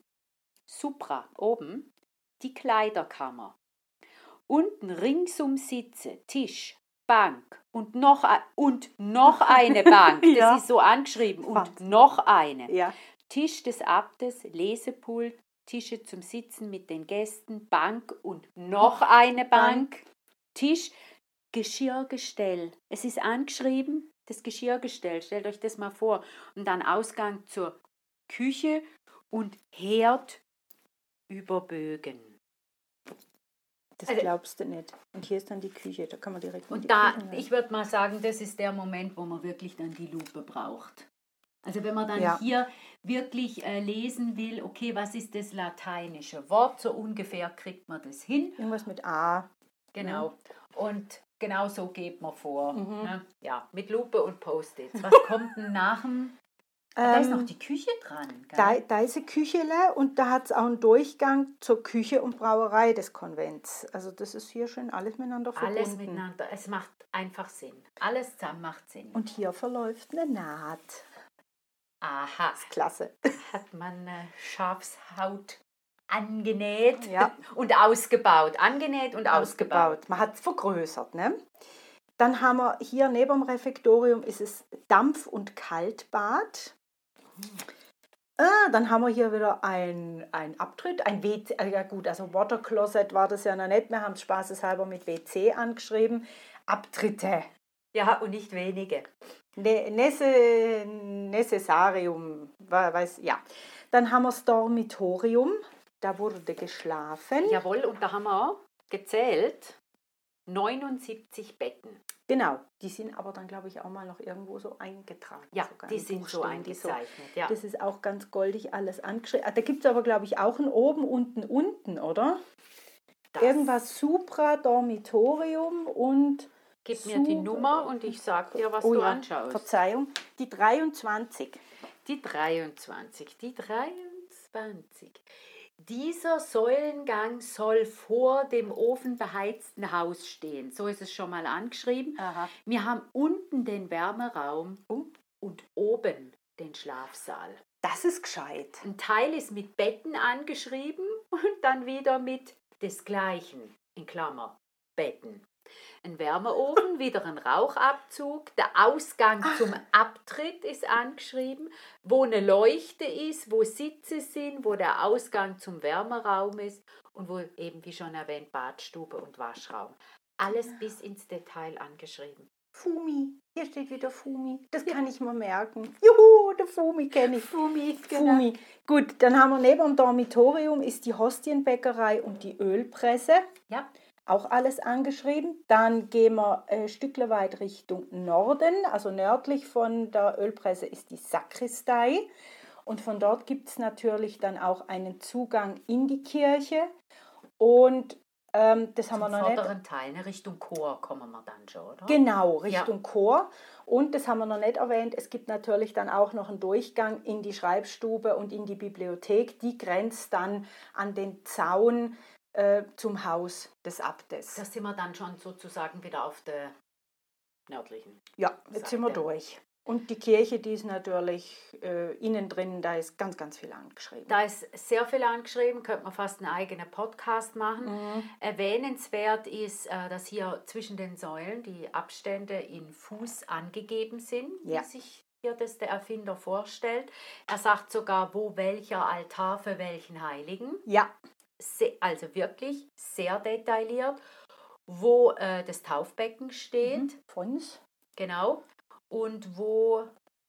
oben, die Kleiderkammer. Unten ringsum Sitze, Tisch, Bank und noch eine Bank. Ja. Das ist so angeschrieben. Und noch eine. Ja. Tisch des Abtes, Lesepult, Tische zum Sitzen mit den Gästen, Bank und noch eine Bank. Tisch, Geschirrgestell. Es ist angeschrieben, das Geschirrgestell. Stellt euch das mal vor. Und dann Ausgang zur Küche und Herd über Bögen. Das glaubst du nicht. Und hier ist dann die Küche, da kann man direkt und da, ich würde mal sagen, das ist der Moment, wo man wirklich dann die Lupe braucht. Also wenn man dann hier wirklich lesen will, okay, was ist das lateinische Wort, so ungefähr kriegt man das hin. Irgendwas mit A. Genau. Und genau so geht man vor. Ne? Ja, mit Lupe und Post-its. Was kommt denn nach dem... Da ist noch die Küche dran. Da ist eine Küche und da hat es auch einen Durchgang zur Küche und Brauerei des Konvents. Also das ist hier schön alles miteinander verbunden. Alles miteinander. Es macht einfach Sinn. Alles zusammen macht Sinn. Und hier verläuft eine Naht. Aha. Das ist klasse. Hat man Schafshaut angenäht und ausgebaut. Angenäht und ausgebaut. Man hat es vergrößert. Ne? Dann haben wir hier neben dem Refektorium ist es Dampf- und Kaltbad. Dann haben wir hier wieder ein Abtritt, ein WC, ja gut, also Water Closet war das ja noch nicht, wir haben es spaßeshalber mit WC angeschrieben. Abtritte. Ja, und nicht wenige. Necessarium, ja. Dann haben wir das Dormitorium, da wurde geschlafen. Jawohl, und da haben wir gezählt 79 Betten. Genau, die sind aber dann, glaube ich, auch mal noch irgendwo so eingetragen. Ja, sogar die im sind Buch so stehen die eingezeichnet. Ja. Das ist auch ganz goldig alles angeschrieben. Da gibt es aber, glaube ich, auch ein oben, unten, oder? Irgendwas Supra, Dormitorium und... Gib mir die Nummer und ich sag dir, was du anschaust. Verzeihung, die 23. Die 23. Dieser Säulengang soll vor dem ofenbeheizten Haus stehen. So ist es schon mal angeschrieben. Aha. Wir haben unten den Wärmeraum und oben den Schlafsaal. Das ist gescheit. Ein Teil ist mit Betten angeschrieben und dann wieder mit desgleichen, in Klammer, Betten. Ein Wärmeofen, wieder ein Rauchabzug, der Ausgang zum Abtritt ist angeschrieben, wo eine Leuchte ist, wo Sitze sind, wo der Ausgang zum Wärmeraum ist und wo eben, wie schon erwähnt, Badstube und Waschraum. Alles bis ins Detail angeschrieben. Fumi, hier steht wieder Fumi, das kann ich mir merken. Juhu, der Fumi kenne ich. Fumi, genau. Fumi. Gut, dann haben wir neben dem Dormitorium ist die Hostienbäckerei und die Ölpresse. Ja. Auch alles angeschrieben. Dann gehen wir ein Stückchen weit Richtung Norden, also nördlich von der Ölpresse ist die Sakristei. Und von dort gibt es natürlich dann auch einen Zugang in die Kirche. Und das haben wir noch nicht. Vorderen Teil, ne? Richtung Chor kommen wir dann schon, oder? Genau, Richtung Chor. Und das haben wir noch nicht erwähnt, es gibt natürlich dann auch noch einen Durchgang in die Schreibstube und in die Bibliothek. Die grenzt dann an den Zaun zum Haus des Abtes. Da sind wir dann schon sozusagen wieder auf der nördlichen. Ja, jetzt sind wir durch. Und die Kirche, die ist natürlich innen drin, da ist ganz, ganz viel angeschrieben. Da ist sehr viel angeschrieben, könnte man fast einen eigenen Podcast machen. Erwähnenswert ist, dass hier zwischen den Säulen die Abstände in Fuß angegeben sind, wie sich hier das der Erfinder vorstellt. Er sagt sogar, wo welcher Altar für welchen Heiligen. Ja. Also wirklich sehr detailliert, wo das Taufbecken steht. Fons. Genau. Und wo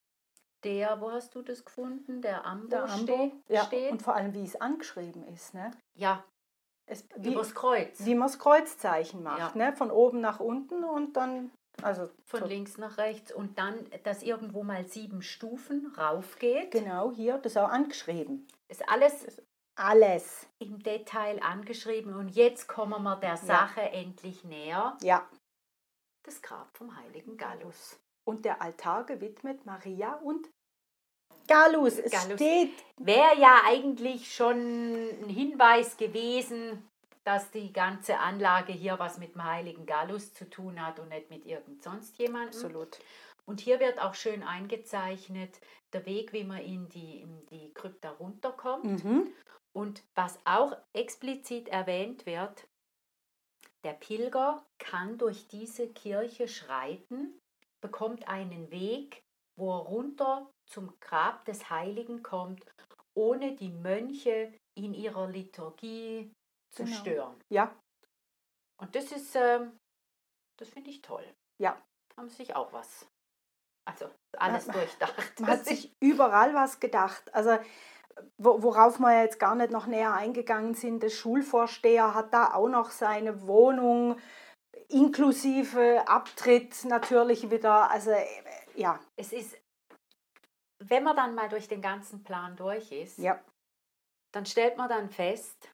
hast du das gefunden? Der Ambo steht. Und vor allem, wie es angeschrieben ist. Ne? Ja, übers Kreuz. Wie man das Kreuzzeichen macht. Ne? Von oben nach unten und dann... Also von links nach rechts. Und dann, dass irgendwo mal 7 Stufen raufgeht. Genau, hier, das ist auch angeschrieben. Ist alles im Detail angeschrieben. Und jetzt kommen wir der Sache endlich näher. Ja. Das Grab vom heiligen Gallus. Und der Altar gewidmet Maria und Gallus. Steht. Wäre ja eigentlich schon ein Hinweis gewesen, dass die ganze Anlage hier was mit dem heiligen Gallus zu tun hat und nicht mit irgend sonst jemandem. Absolut. Und hier wird auch schön eingezeichnet, der Weg, wie man in die Krypta runterkommt. Und was auch explizit erwähnt wird, der Pilger kann durch diese Kirche schreiten, bekommt einen Weg, wo er runter zum Grab des Heiligen kommt, ohne die Mönche in ihrer Liturgie zu stören. Ja. Und das ist, das finde ich toll. Ja. Haben sich auch was, also alles durchdacht. Man hat sich überall was gedacht. Also worauf wir jetzt gar nicht noch näher eingegangen sind, der Schulvorsteher hat da auch noch seine Wohnung, inklusive Abtritt natürlich wieder, also ja. Es ist, wenn man dann mal durch den ganzen Plan durch ist, dann stellt man dann fest,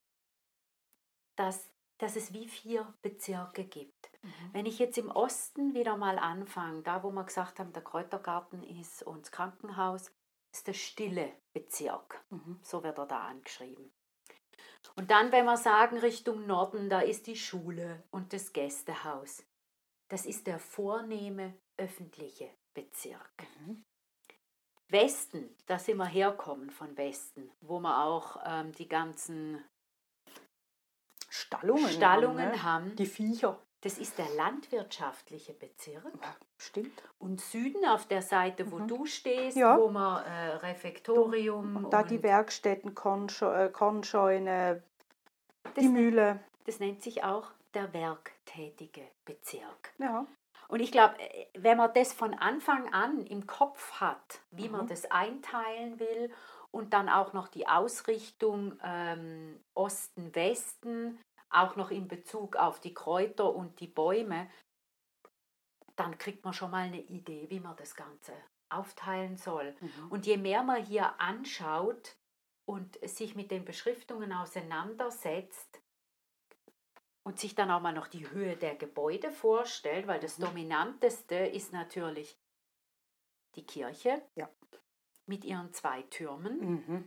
dass es wie 4 Bezirke gibt. Wenn ich jetzt im Osten wieder mal anfange, da wo wir gesagt haben, der Kräutergarten ist und das Krankenhaus, ist der stille Bezirk. So wird er da angeschrieben. Und dann, wenn wir sagen, Richtung Norden, da ist die Schule und das Gästehaus. Das ist der vornehme öffentliche Bezirk. Westen, da sind wir herkommen von Westen, wo wir auch die ganzen Stallungen haben. Die Viecher. Das ist der landwirtschaftliche Bezirk. Stimmt. Und Süden auf der Seite, wo du stehst, Ja. wo man Refektorium Und da die Werkstätten, Kornscheune, die Mühle. Das nennt sich auch der werktätige Bezirk. Ja. Und ich glaube, wenn man das von Anfang an im Kopf hat, wie man das einteilen will und dann auch noch die Ausrichtung Osten-Westen, auch noch in Bezug auf die Kräuter und die Bäume, dann kriegt man schon mal eine Idee, wie man das Ganze aufteilen soll. Und je mehr man hier anschaut und sich mit den Beschriftungen auseinandersetzt und sich dann auch mal noch die Höhe der Gebäude vorstellt, weil das Dominanteste ist natürlich die Kirche mit ihren 2 Türmen.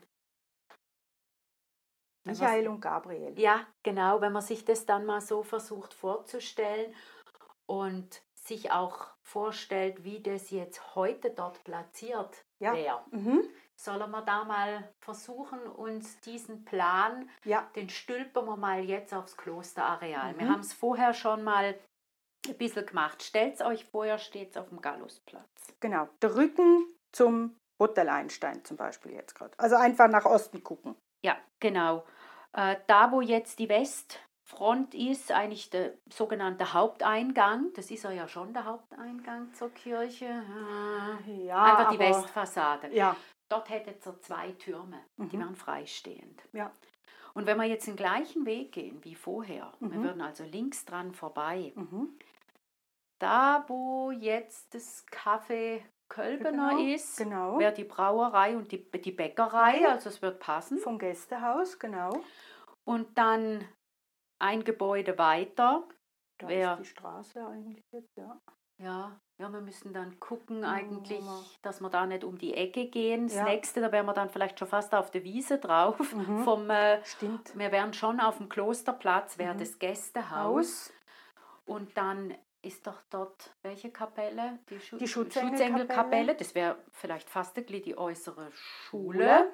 Michael und Gabriel. Ja, genau, wenn man sich das dann mal so versucht vorzustellen und sich auch vorstellt, wie das jetzt heute dort platziert wäre. Sollen wir da mal versuchen, uns diesen Plan, den stülpen wir mal jetzt aufs Klosterareal. Wir haben es vorher schon mal ein bisschen gemacht. Stellt euch vor, ihr steht auf dem Gallusplatz. Genau, der Rücken zum Hotel Einstein zum Beispiel jetzt gerade. Also einfach nach Osten gucken. Ja, genau. Da, wo jetzt die Westfront ist, eigentlich der sogenannte Haupteingang. Das ist ja schon der Haupteingang zur Kirche. Ja, einfach die Westfassade. Ja. Dort hättet ihr 2 Türme, die wären freistehend. Ja. Und wenn wir jetzt den gleichen Weg gehen wie vorher, wir würden also links dran vorbei, da wo jetzt das Café Kölbener ist, wäre die Brauerei und die Bäckerei, also es wird passen. Vom Gästehaus, genau. Und dann ein Gebäude weiter. Da ist die Straße eigentlich jetzt, Ja, wir müssen dann gucken eigentlich, dass wir da nicht um die Ecke gehen. Das nächste, da wären wir dann vielleicht schon fast auf der Wiese drauf. Stimmt. Wir wären schon auf dem Klosterplatz, wäre das Gästehaus. Und dann ist doch dort welche Kapelle? Die Schutzengelkapelle. Das wäre vielleicht fast die äußere Schule.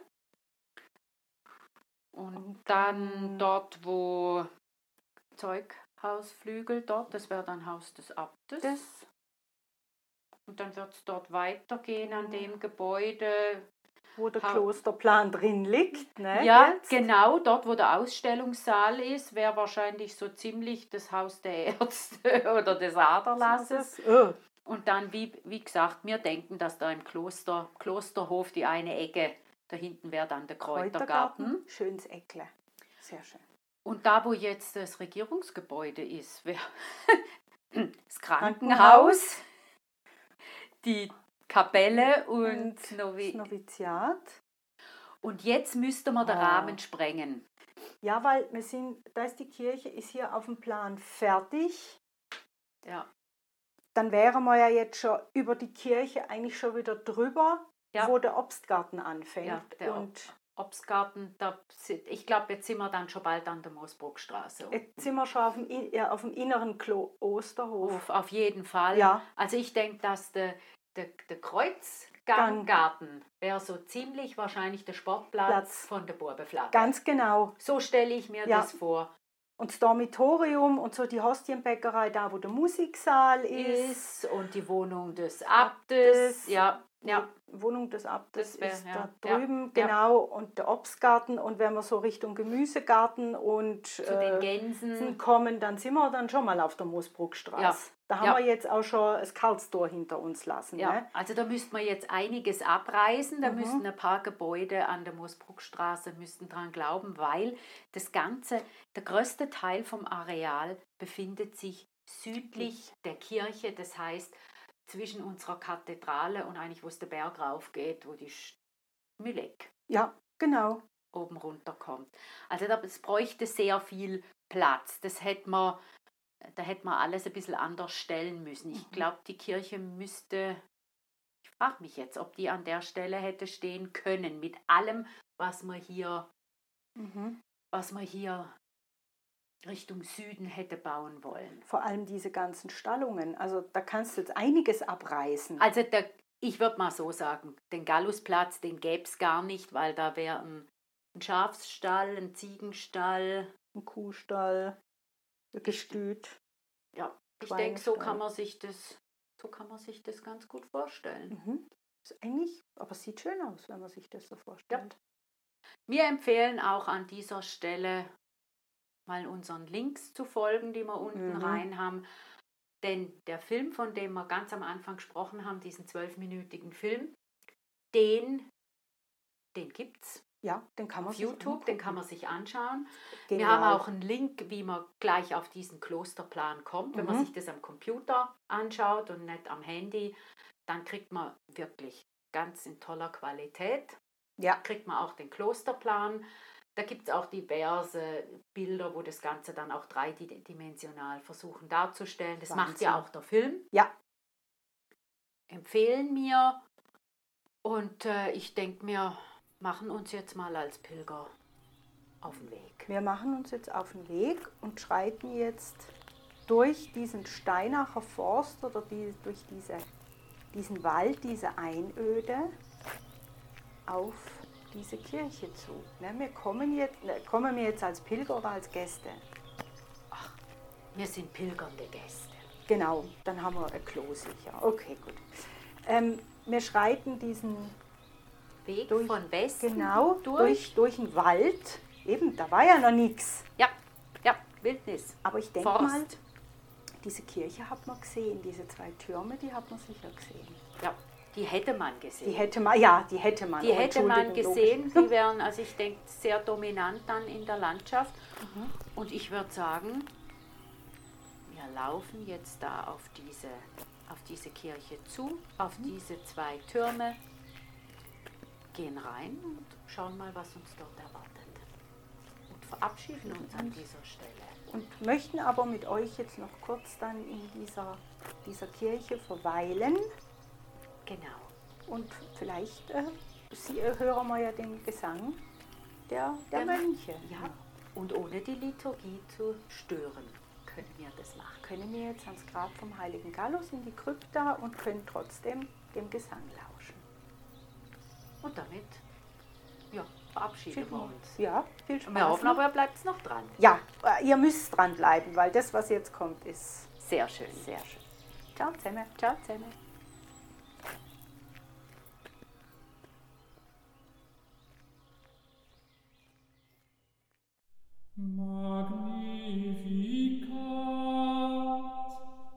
Und dann dort, wo Zeughausflügel dort, das wäre dann Haus des Abtes. Und dann wird es dort weitergehen an dem Gebäude. Wo der Klosterplan drin liegt. Ne, ja, jetzt? Genau, dort wo der Ausstellungssaal ist, wäre wahrscheinlich so ziemlich das Haus der Ärzte oder des Aderlasses. Und dann, wie gesagt, wir denken, dass da im Klosterhof die eine Ecke, da hinten wäre dann der Kräutergarten. Schönes Eckle, sehr schön. Und da, wo jetzt das Regierungsgebäude ist, wäre das Krankenhaus, die Kapelle und das Noviziat. Und jetzt müsste man den Rahmen sprengen. Ja, weil da ist die Kirche, ist hier auf dem Plan fertig. Ja. Dann wären wir ja jetzt schon über die Kirche eigentlich schon wieder drüber, wo der Obstgarten anfängt. Ja, der Obstgarten, ich glaube, jetzt sind wir dann schon bald an der Moosbruckstraße. Jetzt sind wir schon auf dem inneren Osterhof. Auf jeden Fall. Ja. Also ich denke, dass der Kreuzganggarten wäre so ziemlich wahrscheinlich der Sportplatz von der Bubenflagge. Ganz genau. So stelle ich mir das vor. Und das Dormitorium und so die Hostienbäckerei, da wo der Musiksaal ist. Und die Wohnung des Abtes. Ja. Die Wohnung des Abtes ist da ja, drüben, genau. Und der Obstgarten. Und wenn wir so Richtung Gemüsegarten und zu den Gänsen kommen, dann sind wir dann schon mal auf der Moosbruckstraße. Ja. Da haben wir jetzt auch schon das Karlstor hinter uns lassen. Ja, ne? Also da müssten wir jetzt einiges abreißen. Da müssten ein paar Gebäude an der Moosbruckstraße dran glauben, weil der größte Teil vom Areal befindet sich südlich der Kirche. Das heißt, zwischen unserer Kathedrale und eigentlich, wo es der Berg raufgeht, wo die Mühleck oben runterkommt. Also es bräuchte sehr viel Platz. Da hätte man alles ein bisschen anders stellen müssen. Ich glaube, die Kirche müsste, ich frage mich jetzt, ob die an der Stelle hätte stehen können, mit allem, was man hier Richtung Süden hätte bauen wollen. Vor allem diese ganzen Stallungen. Also da kannst du jetzt einiges abreißen. Also ich würde mal so sagen, den Gallusplatz, den gäbe es gar nicht, weil da wäre ein Schafsstall, ein Ziegenstall, ein Kuhstall, ein Gestüt. Ja, ich kleine denke, so Steine. kann man sich das ganz gut vorstellen. Mhm. Ist eigentlich, aber sieht schön aus, wenn man sich das so vorstellt. Wir empfehlen auch an dieser Stelle mal unseren Links zu folgen, die wir unten rein haben. Denn der Film, von dem wir ganz am Anfang gesprochen haben, diesen 12-minütigen Film, den gibt es Ja, den kann man auf sich YouTube, angucken. den kann man sich anschauen. Genial. Wir haben auch einen Link, wie man gleich auf diesen Klosterplan kommt. Wenn man sich das am Computer anschaut und nicht am Handy, dann kriegt man wirklich ganz in toller Qualität. Ja. Kriegt man auch den Klosterplan. Da gibt es auch diverse Bilder, wo das Ganze dann auch dreidimensional versuchen darzustellen. Das macht ja auch der Film. Ja. Empfehlen mir. Und ich denke, wir machen uns jetzt mal als Pilger auf den Weg. Wir machen uns jetzt auf den Weg und schreiten jetzt durch diesen Steinacher Forst oder durch diesen Wald, diese Einöde auf diese Kirche zu. Ne, kommen wir jetzt als Pilger oder als Gäste? Ach, wir sind pilgernde Gäste. Genau, dann haben wir ein Klo sicher. Okay, gut. Wir schreiten diesen Weg von Westen durch den Wald. Eben, da war ja noch nichts. Ja, Wildnis. Aber ich denke Forst. mal, diese Kirche hat man gesehen, diese 2 Türme, die hat man sicher gesehen. Ja, die hätte man gesehen. Die hätte man. Die Oh, hätte man Entschuldigung, gesehen. Die wären, also ich denke, sehr dominant dann in der Landschaft. Und ich würde sagen, wir laufen jetzt da auf diese Kirche zu, auf diese 2 Türme, gehen rein und schauen mal, was uns dort erwartet. Und verabschieden uns an dieser Stelle. Und möchten aber mit euch jetzt noch kurz dann in dieser Kirche verweilen. Genau. Und vielleicht hören wir ja den Gesang der Mönche. Ja, und ohne die Liturgie zu stören, können wir das machen. Können wir jetzt ans Grab vom heiligen Gallus in die Krypta und können trotzdem dem Gesang lauschen. Und damit verabschieden wir uns. Ja, viel Spaß. Und wir hoffen aber, ihr bleibt noch dran. Ja, ihr müsst dranbleiben, weil das, was jetzt kommt, ist Sehr schön. sehr schön. Ciao zusammen. Ciao zusammen. Magnificat,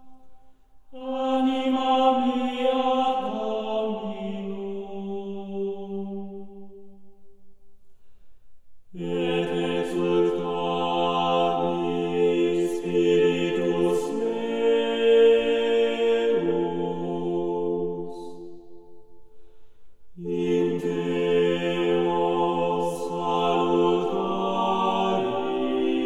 anima mea Domino, et exultavi spiritus meus, in Deo salutari.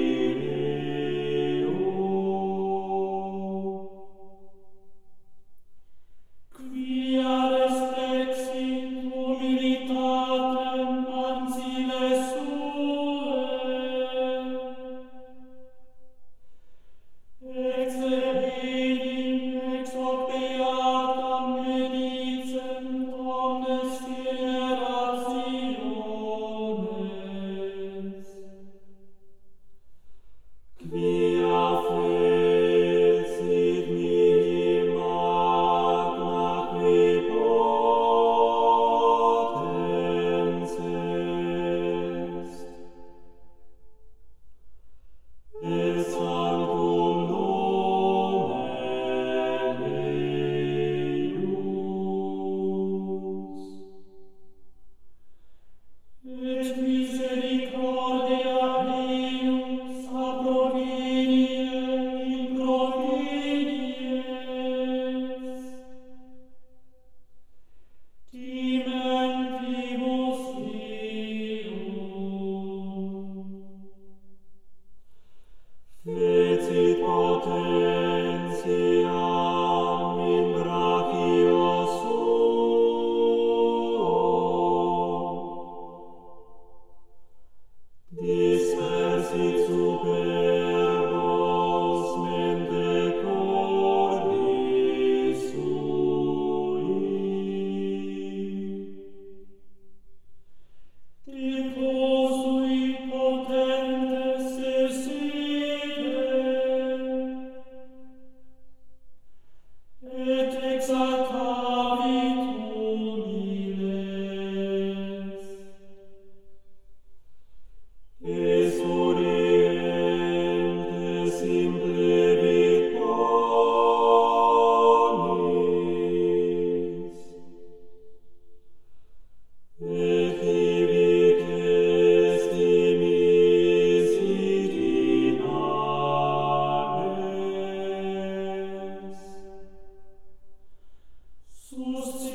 Suscitat